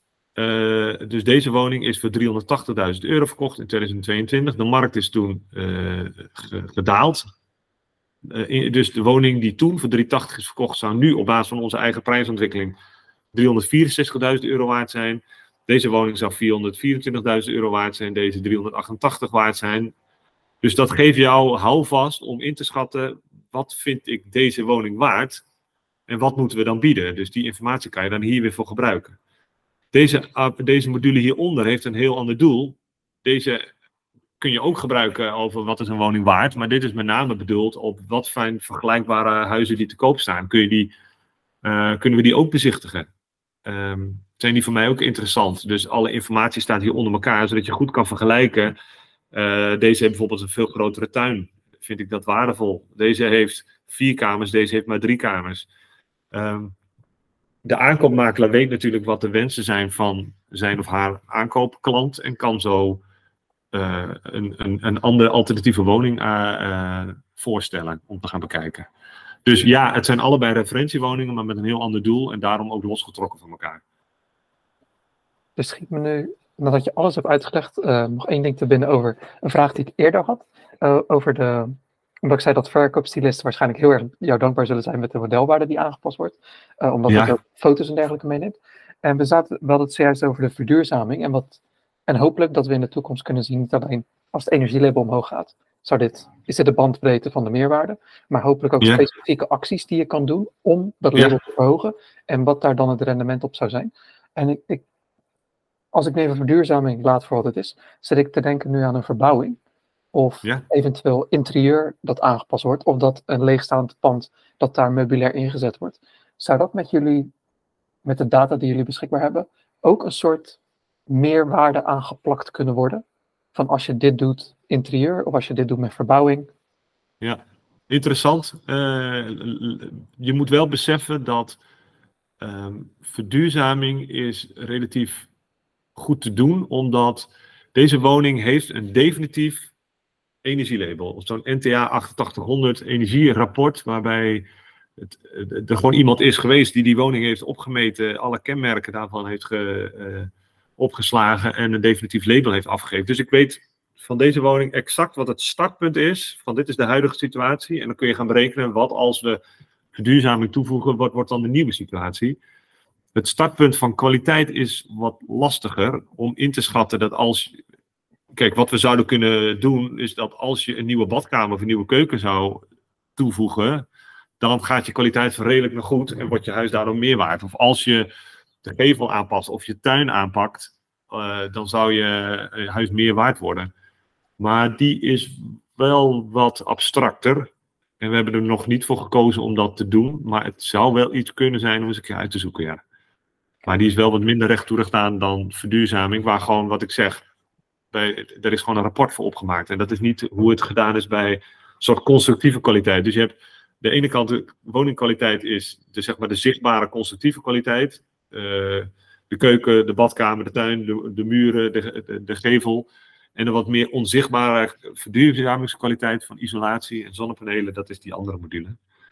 dus deze woning is voor €380.000 verkocht in 2022. De markt is toen gedaald. Dus de woning die toen voor 380 is verkocht, zou nu op basis van onze eigen prijsontwikkeling €364.000 waard zijn. Deze woning zou €424.000 waard zijn, deze 388 waard zijn. Dus dat geeft jou houvast om in te schatten, wat vind ik deze woning waard en wat moeten we dan bieden. Dus die informatie kan je dan hier weer voor gebruiken. Deze module hieronder heeft een heel ander doel. Deze kun je ook gebruiken over wat is een woning waard, maar dit is met name bedoeld op wat zijn vergelijkbare huizen die te koop staan. Kunnen we die ook bezichtigen? Zijn die voor mij ook interessant. Dus alle informatie staat hier onder elkaar, zodat je goed kan vergelijken. Deze heeft bijvoorbeeld een veel grotere tuin. Vind ik dat waardevol. Deze heeft 4 kamers, deze heeft maar 3 kamers. De aankoopmakelaar weet natuurlijk wat de wensen zijn van zijn of haar aankoopklant en kan zo een andere alternatieve woning voorstellen om te gaan bekijken. Dus ja, het zijn allebei referentiewoningen, maar met een heel ander doel en daarom ook losgetrokken van elkaar. Dus schiet me nu, nadat je alles hebt uitgelegd, nog 1 ding te binnen over een vraag die ik eerder had. Omdat ik zei dat verkoopstylisten waarschijnlijk heel erg jou dankbaar zullen zijn met de modelwaarde die aangepast wordt. Omdat het ook foto's en dergelijke meenemt. En we hadden het zojuist over de verduurzaming. En hopelijk dat we in de toekomst kunnen zien, niet alleen als het energielabel omhoog gaat, is dit de bandbreedte van de meerwaarde. Maar hopelijk ook specifieke acties die je kan doen om dat label te verhogen. En wat daar dan het rendement op zou zijn. En als ik even verduurzaming laat voor wat het is, zit ik te denken nu aan een verbouwing. Of eventueel interieur dat aangepast wordt. Of dat een leegstaand pand, dat daar meubilair ingezet wordt. Zou dat met de data die jullie beschikbaar hebben, ook een soort meerwaarde aangeplakt kunnen worden? Van als je dit doet interieur, of als je dit doet met verbouwing? Ja, interessant. Je moet wel beseffen dat verduurzaming is relatief goed te doen, omdat deze woning heeft een definitief energielabel. Of zo'n NTA 8800 energierapport, waarbij er gewoon iemand is geweest die woning heeft opgemeten, alle kenmerken daarvan heeft opgeslagen en een definitief label heeft afgegeven. Dus ik weet van deze woning exact wat het startpunt is, van dit is de huidige situatie. En dan kun je gaan berekenen wat als we verduurzaming toevoegen, wat wordt dan de nieuwe situatie. Het startpunt van kwaliteit is wat lastiger om in te schatten dat als... Kijk, wat we zouden kunnen doen is dat als je een nieuwe badkamer of een nieuwe keuken zou toevoegen, dan gaat je kwaliteit redelijk naar goed en wordt je huis daardoor meer waard. Of als je de gevel aanpast of je tuin aanpakt, dan zou je huis meer waard worden. Maar die is wel wat abstracter. En we hebben er nog niet voor gekozen om dat te doen. Maar het zou wel iets kunnen zijn om eens een keer uit te zoeken, ja. Maar die is wel wat minder recht toe recht aan dan verduurzaming, waar gewoon, wat ik zeg, er is gewoon een rapport voor opgemaakt. En dat is niet hoe het gedaan is bij een soort constructieve kwaliteit. Dus je hebt de ene kant, de woningkwaliteit is zeg maar de zichtbare constructieve kwaliteit. De keuken, de badkamer, de tuin, de muren, de gevel. En de wat meer onzichtbare verduurzamingskwaliteit van isolatie en zonnepanelen, dat is die andere module.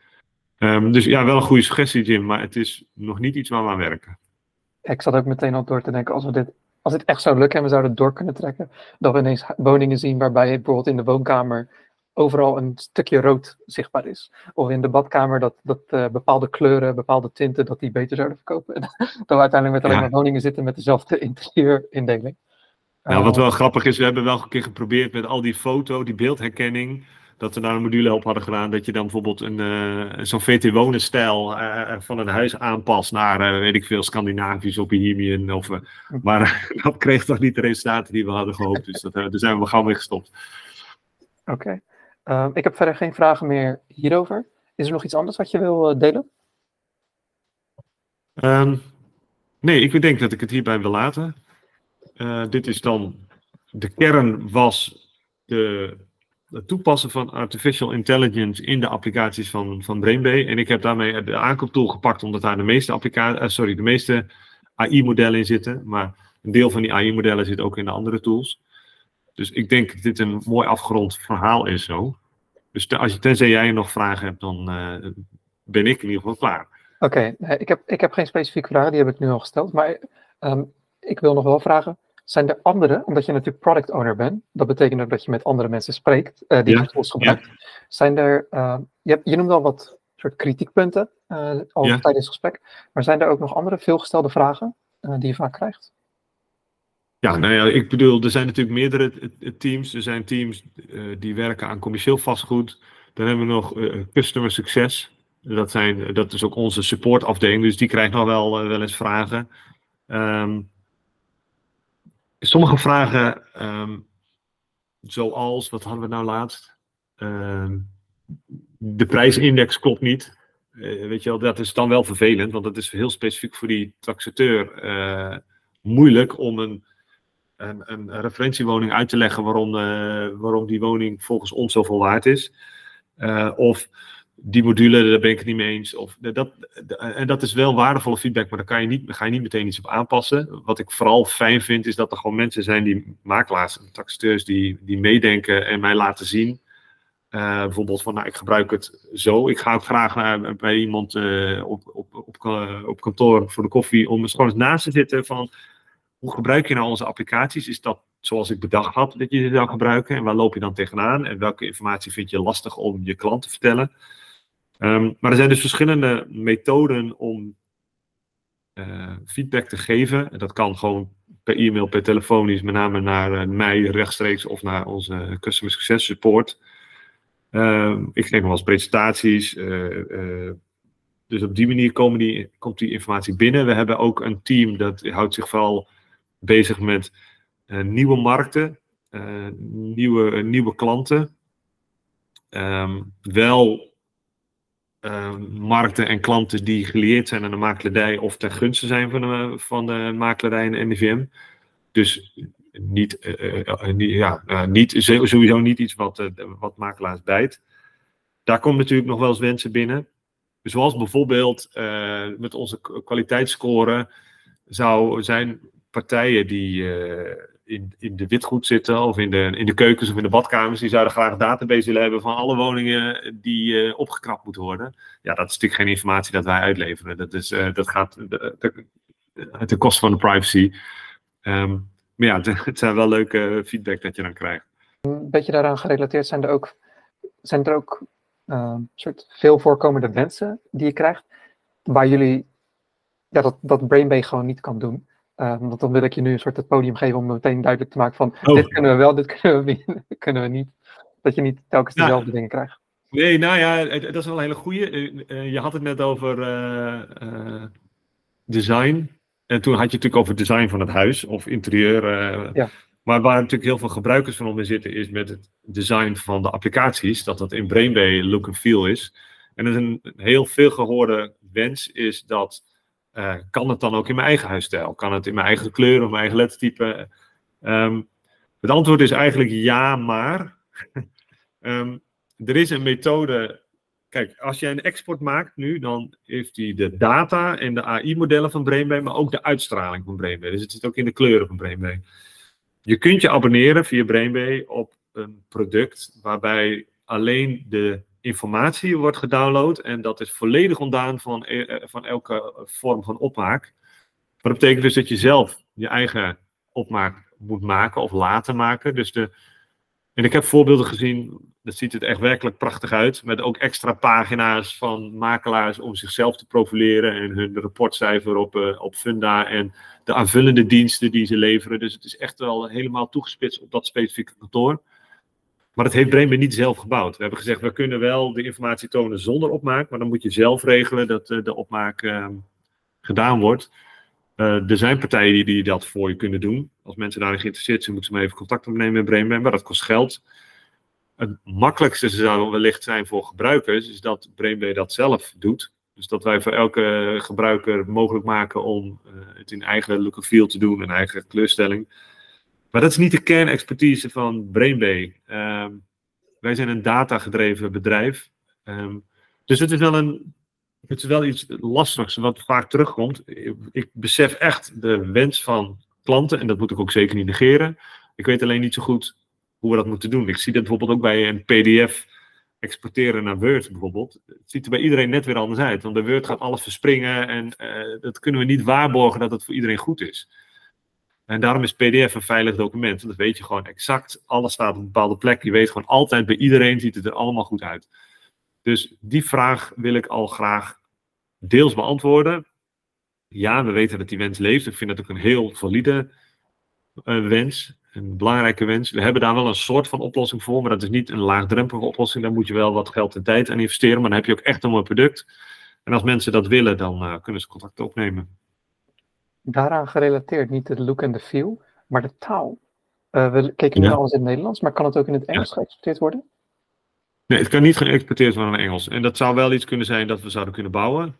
Dus ja, wel een goede suggestie, Jim, maar het is nog niet iets waar we aan werken. Ik zat ook meteen al door te denken, als dit echt zou lukken en we zouden het door kunnen trekken, dat we ineens woningen zien waarbij bijvoorbeeld in de woonkamer overal een stukje rood zichtbaar is. Of in de badkamer dat bepaalde kleuren, bepaalde tinten, dat die beter zouden verkopen. En dat we uiteindelijk met alleen maar woningen zitten met dezelfde interieurindeling. Nou, wat wel grappig is, we hebben wel een keer geprobeerd met al die die beeldherkenning, dat we daar een module op hadden gedaan, dat je dan bijvoorbeeld zo'n VT-wonen-stijl van een huis aanpast naar, weet ik veel, Scandinavisch of Bohemian. Maar dat kreeg toch niet de resultaten die we hadden gehoopt. Dus daar zijn we gauw mee gestopt. Oké. Ik heb verder geen vragen meer hierover. Is er nog iets anders wat je wil delen? Nee, ik denk dat ik het hierbij wil laten. Dit is dan, de kern was het toepassen van artificial intelligence in de applicaties van BrainBay. En ik heb daarmee de aankooptool gepakt, omdat daar de meeste AI-modellen in zitten. Maar een deel van die AI-modellen zit ook in de andere tools. Dus ik denk dat dit een mooi afgerond verhaal is zo. Dus tenzij jij nog vragen hebt, dan ben ik in ieder geval klaar. Oké, ik heb geen specifieke vragen, die heb ik nu al gesteld. Maar ik wil nog wel vragen, zijn er andere, omdat je natuurlijk product owner bent, dat betekent ook dat je met andere mensen spreekt, die tools gebruikt. Ja. Zijn er, je noemde al wat soort kritiekpunten tijdens het gesprek, maar zijn er ook nog andere veelgestelde vragen die je vaak krijgt? Ja, nou ja, ik bedoel, er zijn natuurlijk meerdere teams. Er zijn teams die werken aan commercieel vastgoed. Dan hebben we nog customer success. Dat is ook onze supportafdeling, dus die krijgt nog wel eens vragen. Sommige vragen, zoals, wat hadden we nou laatst? De prijsindex klopt niet. Weet je wel, dat is dan wel vervelend, want dat is heel specifiek voor die taxateur moeilijk om een referentiewoning uit te leggen waarom die woning volgens ons zoveel waard is. Of die module, daar ben ik het niet mee eens. En dat is wel waardevolle feedback, maar daar ga je niet meteen iets op aanpassen. Wat ik vooral fijn vind, is dat er gewoon mensen zijn die makelaars en taxateurs die meedenken en mij laten zien. Bijvoorbeeld van, nou, ik gebruik het zo. Ik ga ook graag bij iemand op kantoor voor de koffie om gewoon eens naast te zitten van, hoe gebruik je nou onze applicaties? Is dat zoals ik bedacht had dat je ze zou gebruiken? En waar loop je dan tegenaan? En welke informatie vind je lastig om je klant te vertellen? Maar er zijn dus verschillende methoden om feedback te geven. En dat kan gewoon per e-mail, per telefonisch, met name naar mij rechtstreeks of naar onze Customer Success Support. Ik geef nog wel eens presentaties. Dus op die manier komt die informatie binnen. We hebben ook een team dat houdt zich vooral bezig met nieuwe markten, nieuwe klanten. Markten en klanten die gelieerd zijn aan de makelaardij of ten gunste zijn van de makelaardij en de NIVM. Dus sowieso niet iets wat makelaars bijt. Daar komen natuurlijk nog wel eens wensen binnen. Zoals bijvoorbeeld met onze kwaliteitsscore zijn partijen in de witgoed zitten of in de keukens of in de badkamers. Die zouden graag een database willen hebben van alle woningen die opgeknapt moeten worden. Ja, dat is natuurlijk geen informatie dat wij uitleveren. Dat gaat ten koste van de privacy. Maar ja, het zijn wel leuke feedback dat je dan krijgt. Een beetje daaraan gerelateerd zijn er ook soort veel voorkomende wensen die je krijgt, waar jullie dat Brainbay gewoon niet kan doen. Want dan wil ik je nu een soort het podium geven om meteen duidelijk te maken van dit kunnen we wel, dit kunnen we niet. Dat je niet telkens dezelfde dingen krijgt. Nee, nou ja, dat is wel een hele goeie. Je had het net over design. En toen had je het natuurlijk over het design van het huis of interieur. Ja. Maar waar natuurlijk heel veel gebruikers van onder zitten is met het design van de applicaties. Dat in Brainbay look and feel is. En een heel veel gehoorde wens is dat kan het dan ook in mijn eigen huisstijl? Kan het in mijn eigen kleur of mijn eigen lettertype? Het antwoord is eigenlijk ja, maar. Er is een methode. Kijk, als jij een export maakt nu, dan heeft hij de data en de AI-modellen van Brainbay, maar ook de uitstraling van Brainbay. Dus het zit ook in de kleuren van Brainbay. Je kunt je abonneren via Brainbay op een product waarbij alleen de informatie wordt gedownload en dat is volledig ontdaan van elke vorm van opmaak. Maar dat betekent dus dat je zelf je eigen opmaak moet maken of laten maken. En ik heb voorbeelden gezien, dat ziet het echt werkelijk prachtig uit. Met ook extra pagina's van makelaars om zichzelf te profileren. En hun rapportcijfer op Funda. En de aanvullende diensten die ze leveren. Dus het is echt wel helemaal toegespitst op dat specifieke kantoor. Maar dat heeft Brainbay niet zelf gebouwd. We hebben gezegd, we kunnen wel de informatie tonen zonder opmaak. Maar dan moet je zelf regelen dat de opmaak gedaan wordt. Er zijn partijen die dat voor je kunnen doen. Als mensen daarin geïnteresseerd zijn, moeten ze maar even contact opnemen met Brainbay. Maar dat kost geld. Het makkelijkste zou wellicht zijn voor gebruikers, is dat Brainbay dat zelf doet. Dus dat wij voor elke gebruiker mogelijk maken om het in eigen look and feel te doen, een eigen kleurstelling. Maar dat is niet de kernexpertise van Brainbay. Wij zijn een datagedreven bedrijf. Dus het is wel iets lastigs wat vaak terugkomt. Ik besef echt de wens van klanten en dat moet ik ook zeker niet negeren. Ik weet alleen niet zo goed hoe we dat moeten doen. Ik zie dat bijvoorbeeld ook bij een PDF exporteren naar Word bijvoorbeeld. Het ziet er bij iedereen net weer anders uit. Want bij Word gaat alles verspringen en dat kunnen we niet waarborgen dat het voor iedereen goed is. En daarom is PDF een veilig document. Want dat weet je gewoon exact. Alles staat op een bepaalde plek. Je weet gewoon altijd bij iedereen ziet het er allemaal goed uit. Dus die vraag wil ik al graag deels beantwoorden. Ja, we weten dat die wens leeft. Ik vind dat ook een heel valide wens. Een belangrijke wens. We hebben daar wel een soort van oplossing voor. Maar dat is niet een laagdrempelige oplossing. Daar moet je wel wat geld en tijd aan investeren. Maar dan heb je ook echt een mooi product. En als mensen dat willen, dan kunnen ze contact opnemen. Daaraan gerelateerd, niet de look en de feel, maar de taal. We keken nu alles in het Nederlands, maar kan het ook in het Engels geëxporteerd worden? Nee, het kan niet geëxporteerd worden naar Engels. En dat zou wel iets kunnen zijn dat we zouden kunnen bouwen.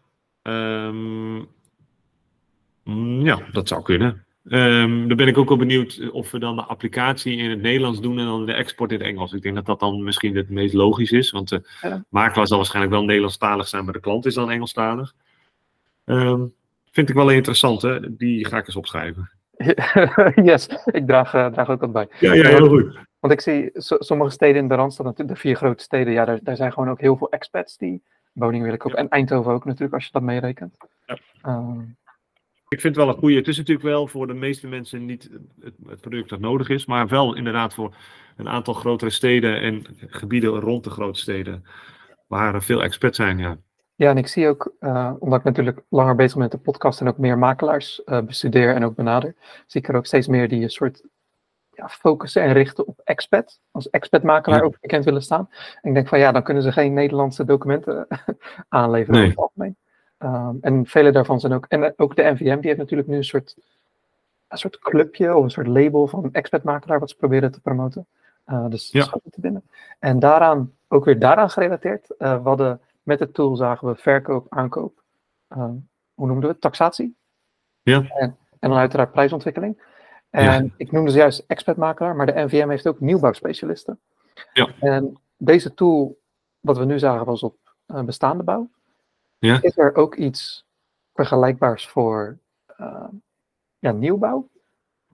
Ja, dat zou kunnen. Dan ben ik ook wel benieuwd of we dan de applicatie in het Nederlands doen en dan de export in het Engels. Ik denk dat dat dan misschien het meest logisch is. Want de makelaar zal waarschijnlijk wel Nederlandstalig zijn, maar de klant is dan Engelstalig. Vind ik wel interessant, hè? Die ga ik eens opschrijven. Yes, ik draag ook wat bij. Ja, heel goed. Want ik zie sommige steden in de Randstad, natuurlijk de 4 grote steden, ja, daar zijn gewoon ook heel veel expats die woningen willen kopen. En Eindhoven ook natuurlijk, als je dat meerekent. Ja. Ik vind het wel een goede. Het is natuurlijk wel voor de meeste mensen niet het product dat nodig is, maar wel inderdaad voor een aantal grotere steden en gebieden rond de grote steden, waar veel expats zijn, ja. Ja, en ik zie ook, omdat ik natuurlijk langer bezig ben met de podcast en ook meer makelaars bestudeer en ook benader, zie ik er ook steeds meer die een soort focussen en richten op expat, als expat-makelaar ook bekend willen staan. En ik denk van ja, dan kunnen ze geen Nederlandse documenten aanleveren over het algemeen. En vele daarvan zijn ook, en ook de NVM, die heeft natuurlijk nu een soort clubje of een soort label van expat-makelaar wat ze proberen te promoten. Dus dat is goed te vinden. En ook weer daaraan gerelateerd, we hadden met het tool zagen we verkoop, aankoop, hoe noemden we het? Taxatie. Ja. En dan uiteraard prijsontwikkeling. En ik noemde ze juist expertmakelaar, maar de NVM heeft ook nieuwbouwspecialisten. Ja. En deze tool, wat we nu zagen, was op bestaande bouw. Ja. Is er ook iets vergelijkbaars voor nieuwbouw?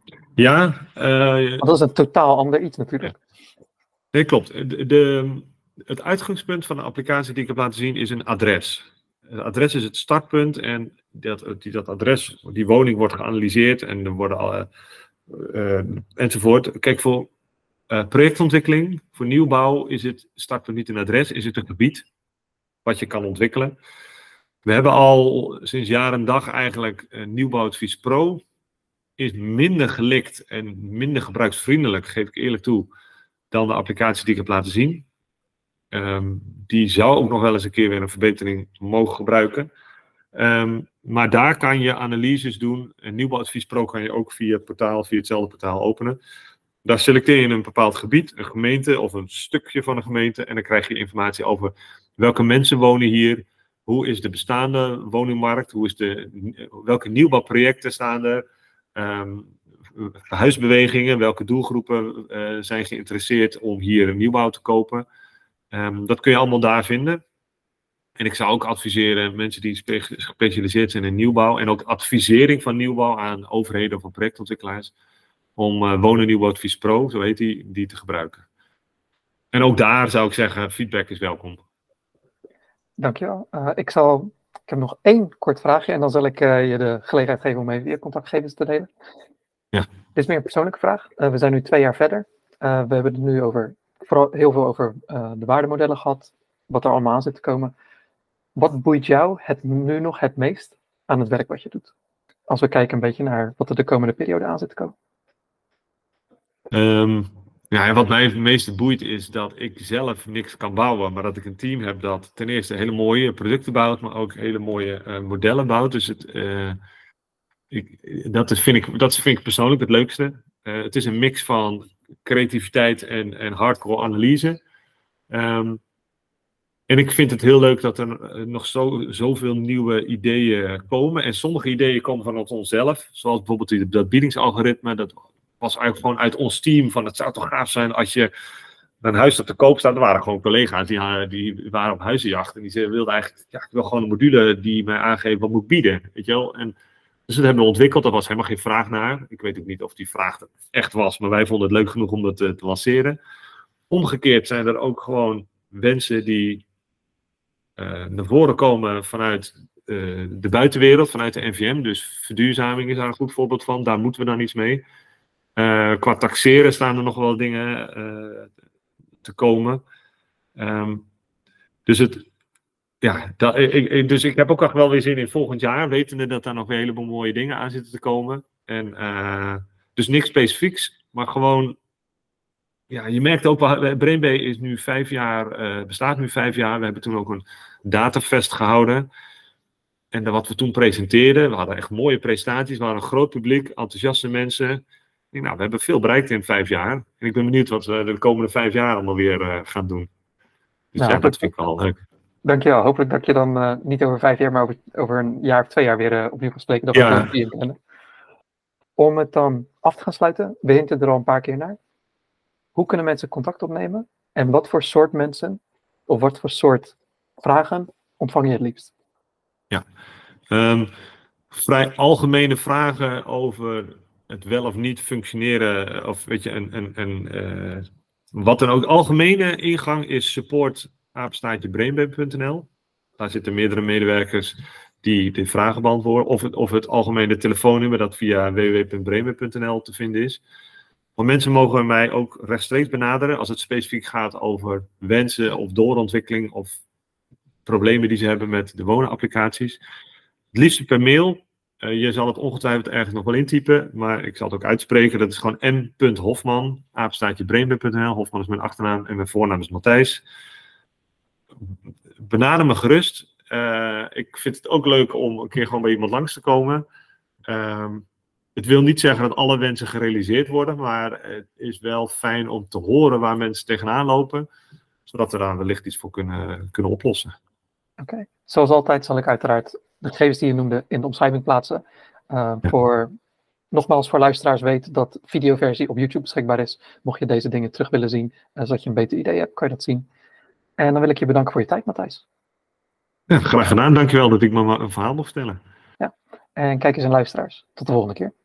Ja. Want dat is een totaal ander iets natuurlijk. Nee, klopt. Het uitgangspunt van de applicatie die ik heb laten zien is een adres. Het adres is het startpunt en dat adres, die woning wordt geanalyseerd en er worden enzovoort. Kijk, voor projectontwikkeling, voor nieuwbouw is het startpunt niet een adres, is het een gebied wat je kan ontwikkelen. We hebben al sinds jaar en dag eigenlijk Nieuwbouwadvies Pro. Is minder gelikt en minder gebruiksvriendelijk, geef ik eerlijk toe, dan de applicatie die ik heb laten zien. Die zou ook nog wel eens een keer weer een verbetering mogen gebruiken. Maar daar kan je analyses doen. En Nieuwbouwadvies Pro kan je ook via hetzelfde portaal openen. Daar selecteer je een bepaald gebied, een gemeente of een stukje van een gemeente. En dan krijg je informatie over welke mensen wonen hier. Hoe is de bestaande woningmarkt? Welke nieuwbouwprojecten staan er? Huisbewegingen, welke doelgroepen zijn geïnteresseerd om hier een nieuwbouw te kopen. Dat kun je allemaal daar vinden. En ik zou ook adviseren mensen die gespecialiseerd zijn in nieuwbouw en ook advisering van nieuwbouw aan overheden of aan projectontwikkelaars om Wonen Nieuwbouwadvies Pro, zo heet die te gebruiken. En ook daar zou ik zeggen, feedback is welkom. Dankjewel. Ik heb nog 1 kort vraagje en dan zal ik je de gelegenheid geven om even je contactgegevens te delen. Ja. Dit is meer een persoonlijke vraag. We zijn nu 2 jaar verder. We hebben het nu vooral heel veel over de waardemodellen gehad, wat er allemaal aan zit te komen. Wat boeit jou nu nog het meest aan het werk wat je doet? Als we kijken een beetje naar wat er de komende periode aan zit te komen. Ja, en wat mij het meeste boeit is dat ik zelf niks kan bouwen, maar dat ik een team heb dat ten eerste hele mooie producten bouwt, maar ook hele mooie modellen bouwt. Dus dat vind ik persoonlijk het leukste. Het is een mix van creativiteit en hardcore analyse. En ik vind het heel leuk dat er nog zoveel nieuwe ideeën komen. En sommige ideeën komen van onszelf, zoals bijvoorbeeld dat biedingsalgoritme. Dat was eigenlijk gewoon uit ons team van het zou toch gaaf zijn als je een huis dat te koop staat. Er waren gewoon collega's die waren op huizenjacht en die wilden eigenlijk, ja, ik wil gewoon een module die mij aangeeft wat moet ik bieden, weet je wel. En dus dat hebben we ontwikkeld, daar was helemaal geen vraag naar. Ik weet ook niet of die vraag er echt was, maar wij vonden het leuk genoeg om dat te lanceren. Omgekeerd zijn er ook gewoon wensen die naar voren komen vanuit de buitenwereld, vanuit de NVM. Dus verduurzaming is daar een goed voorbeeld van, daar moeten we dan iets mee. Qua taxeren staan er nog wel dingen te komen. Dus ik heb ook echt wel weer zin in volgend jaar, wetende dat daar nog weer een heleboel mooie dingen aan zitten te komen. En dus niks specifieks, maar gewoon, ja, je merkt ook wel, BrainBay is nu 5 jaar, bestaat nu 5 jaar. We hebben toen ook een datafest gehouden. En wat we toen presenteerden, we hadden echt mooie presentaties, we hadden een groot publiek, enthousiaste mensen. We hebben veel bereikt in 5 jaar. En ik ben benieuwd wat we de komende 5 jaar allemaal weer gaan doen. Dus ja, dat vind ik wel leuk. Dankjewel. Hopelijk dat je dan niet over 5 jaar, maar over een jaar of 2 jaar weer opnieuw kan spreken. Dat we hier kennen. Om het dan af te gaan sluiten, we hinten er al een paar keer naar. Hoe kunnen mensen contact opnemen? En wat voor soort mensen, of wat voor soort vragen ontvang je het liefst? Ja, vrij algemene vragen over het wel of niet functioneren, of weet je, wat dan ook. Algemene ingang is support@brainbay.nl. Daar zitten meerdere medewerkers die de vragen beantwoorden. Of het algemene telefoonnummer dat via www.brainbay.nl te vinden is. Want mensen mogen mij ook rechtstreeks benaderen als het specifiek gaat over wensen of doorontwikkeling of problemen die ze hebben met de wonenapplicaties. Het liefst per mail. Je zal het ongetwijfeld ergens nog wel intypen, maar ik zal het ook uitspreken. Dat is gewoon m.hofman@brainbay.nl. Hofman is mijn achternaam en mijn voornaam is Matthijs. Benader me gerust. Ik vind het ook leuk om een keer gewoon bij iemand langs te komen. Het wil niet zeggen dat alle wensen gerealiseerd worden, maar het is wel fijn om te horen waar mensen tegenaan lopen, zodat we daar wellicht iets voor kunnen oplossen. Oké. Zoals altijd zal ik uiteraard de gegevens die je noemde in de omschrijving plaatsen. Nogmaals, voor luisteraars weet dat de videoversie op YouTube beschikbaar is. Mocht je deze dingen terug willen zien, zodat je een beter idee hebt, kan je dat zien. En dan wil ik je bedanken voor je tijd, Matthijs. Ja, graag gedaan. Dankjewel dat ik me een verhaal mocht vertellen. Ja. En kijkers en luisteraars, tot de volgende keer.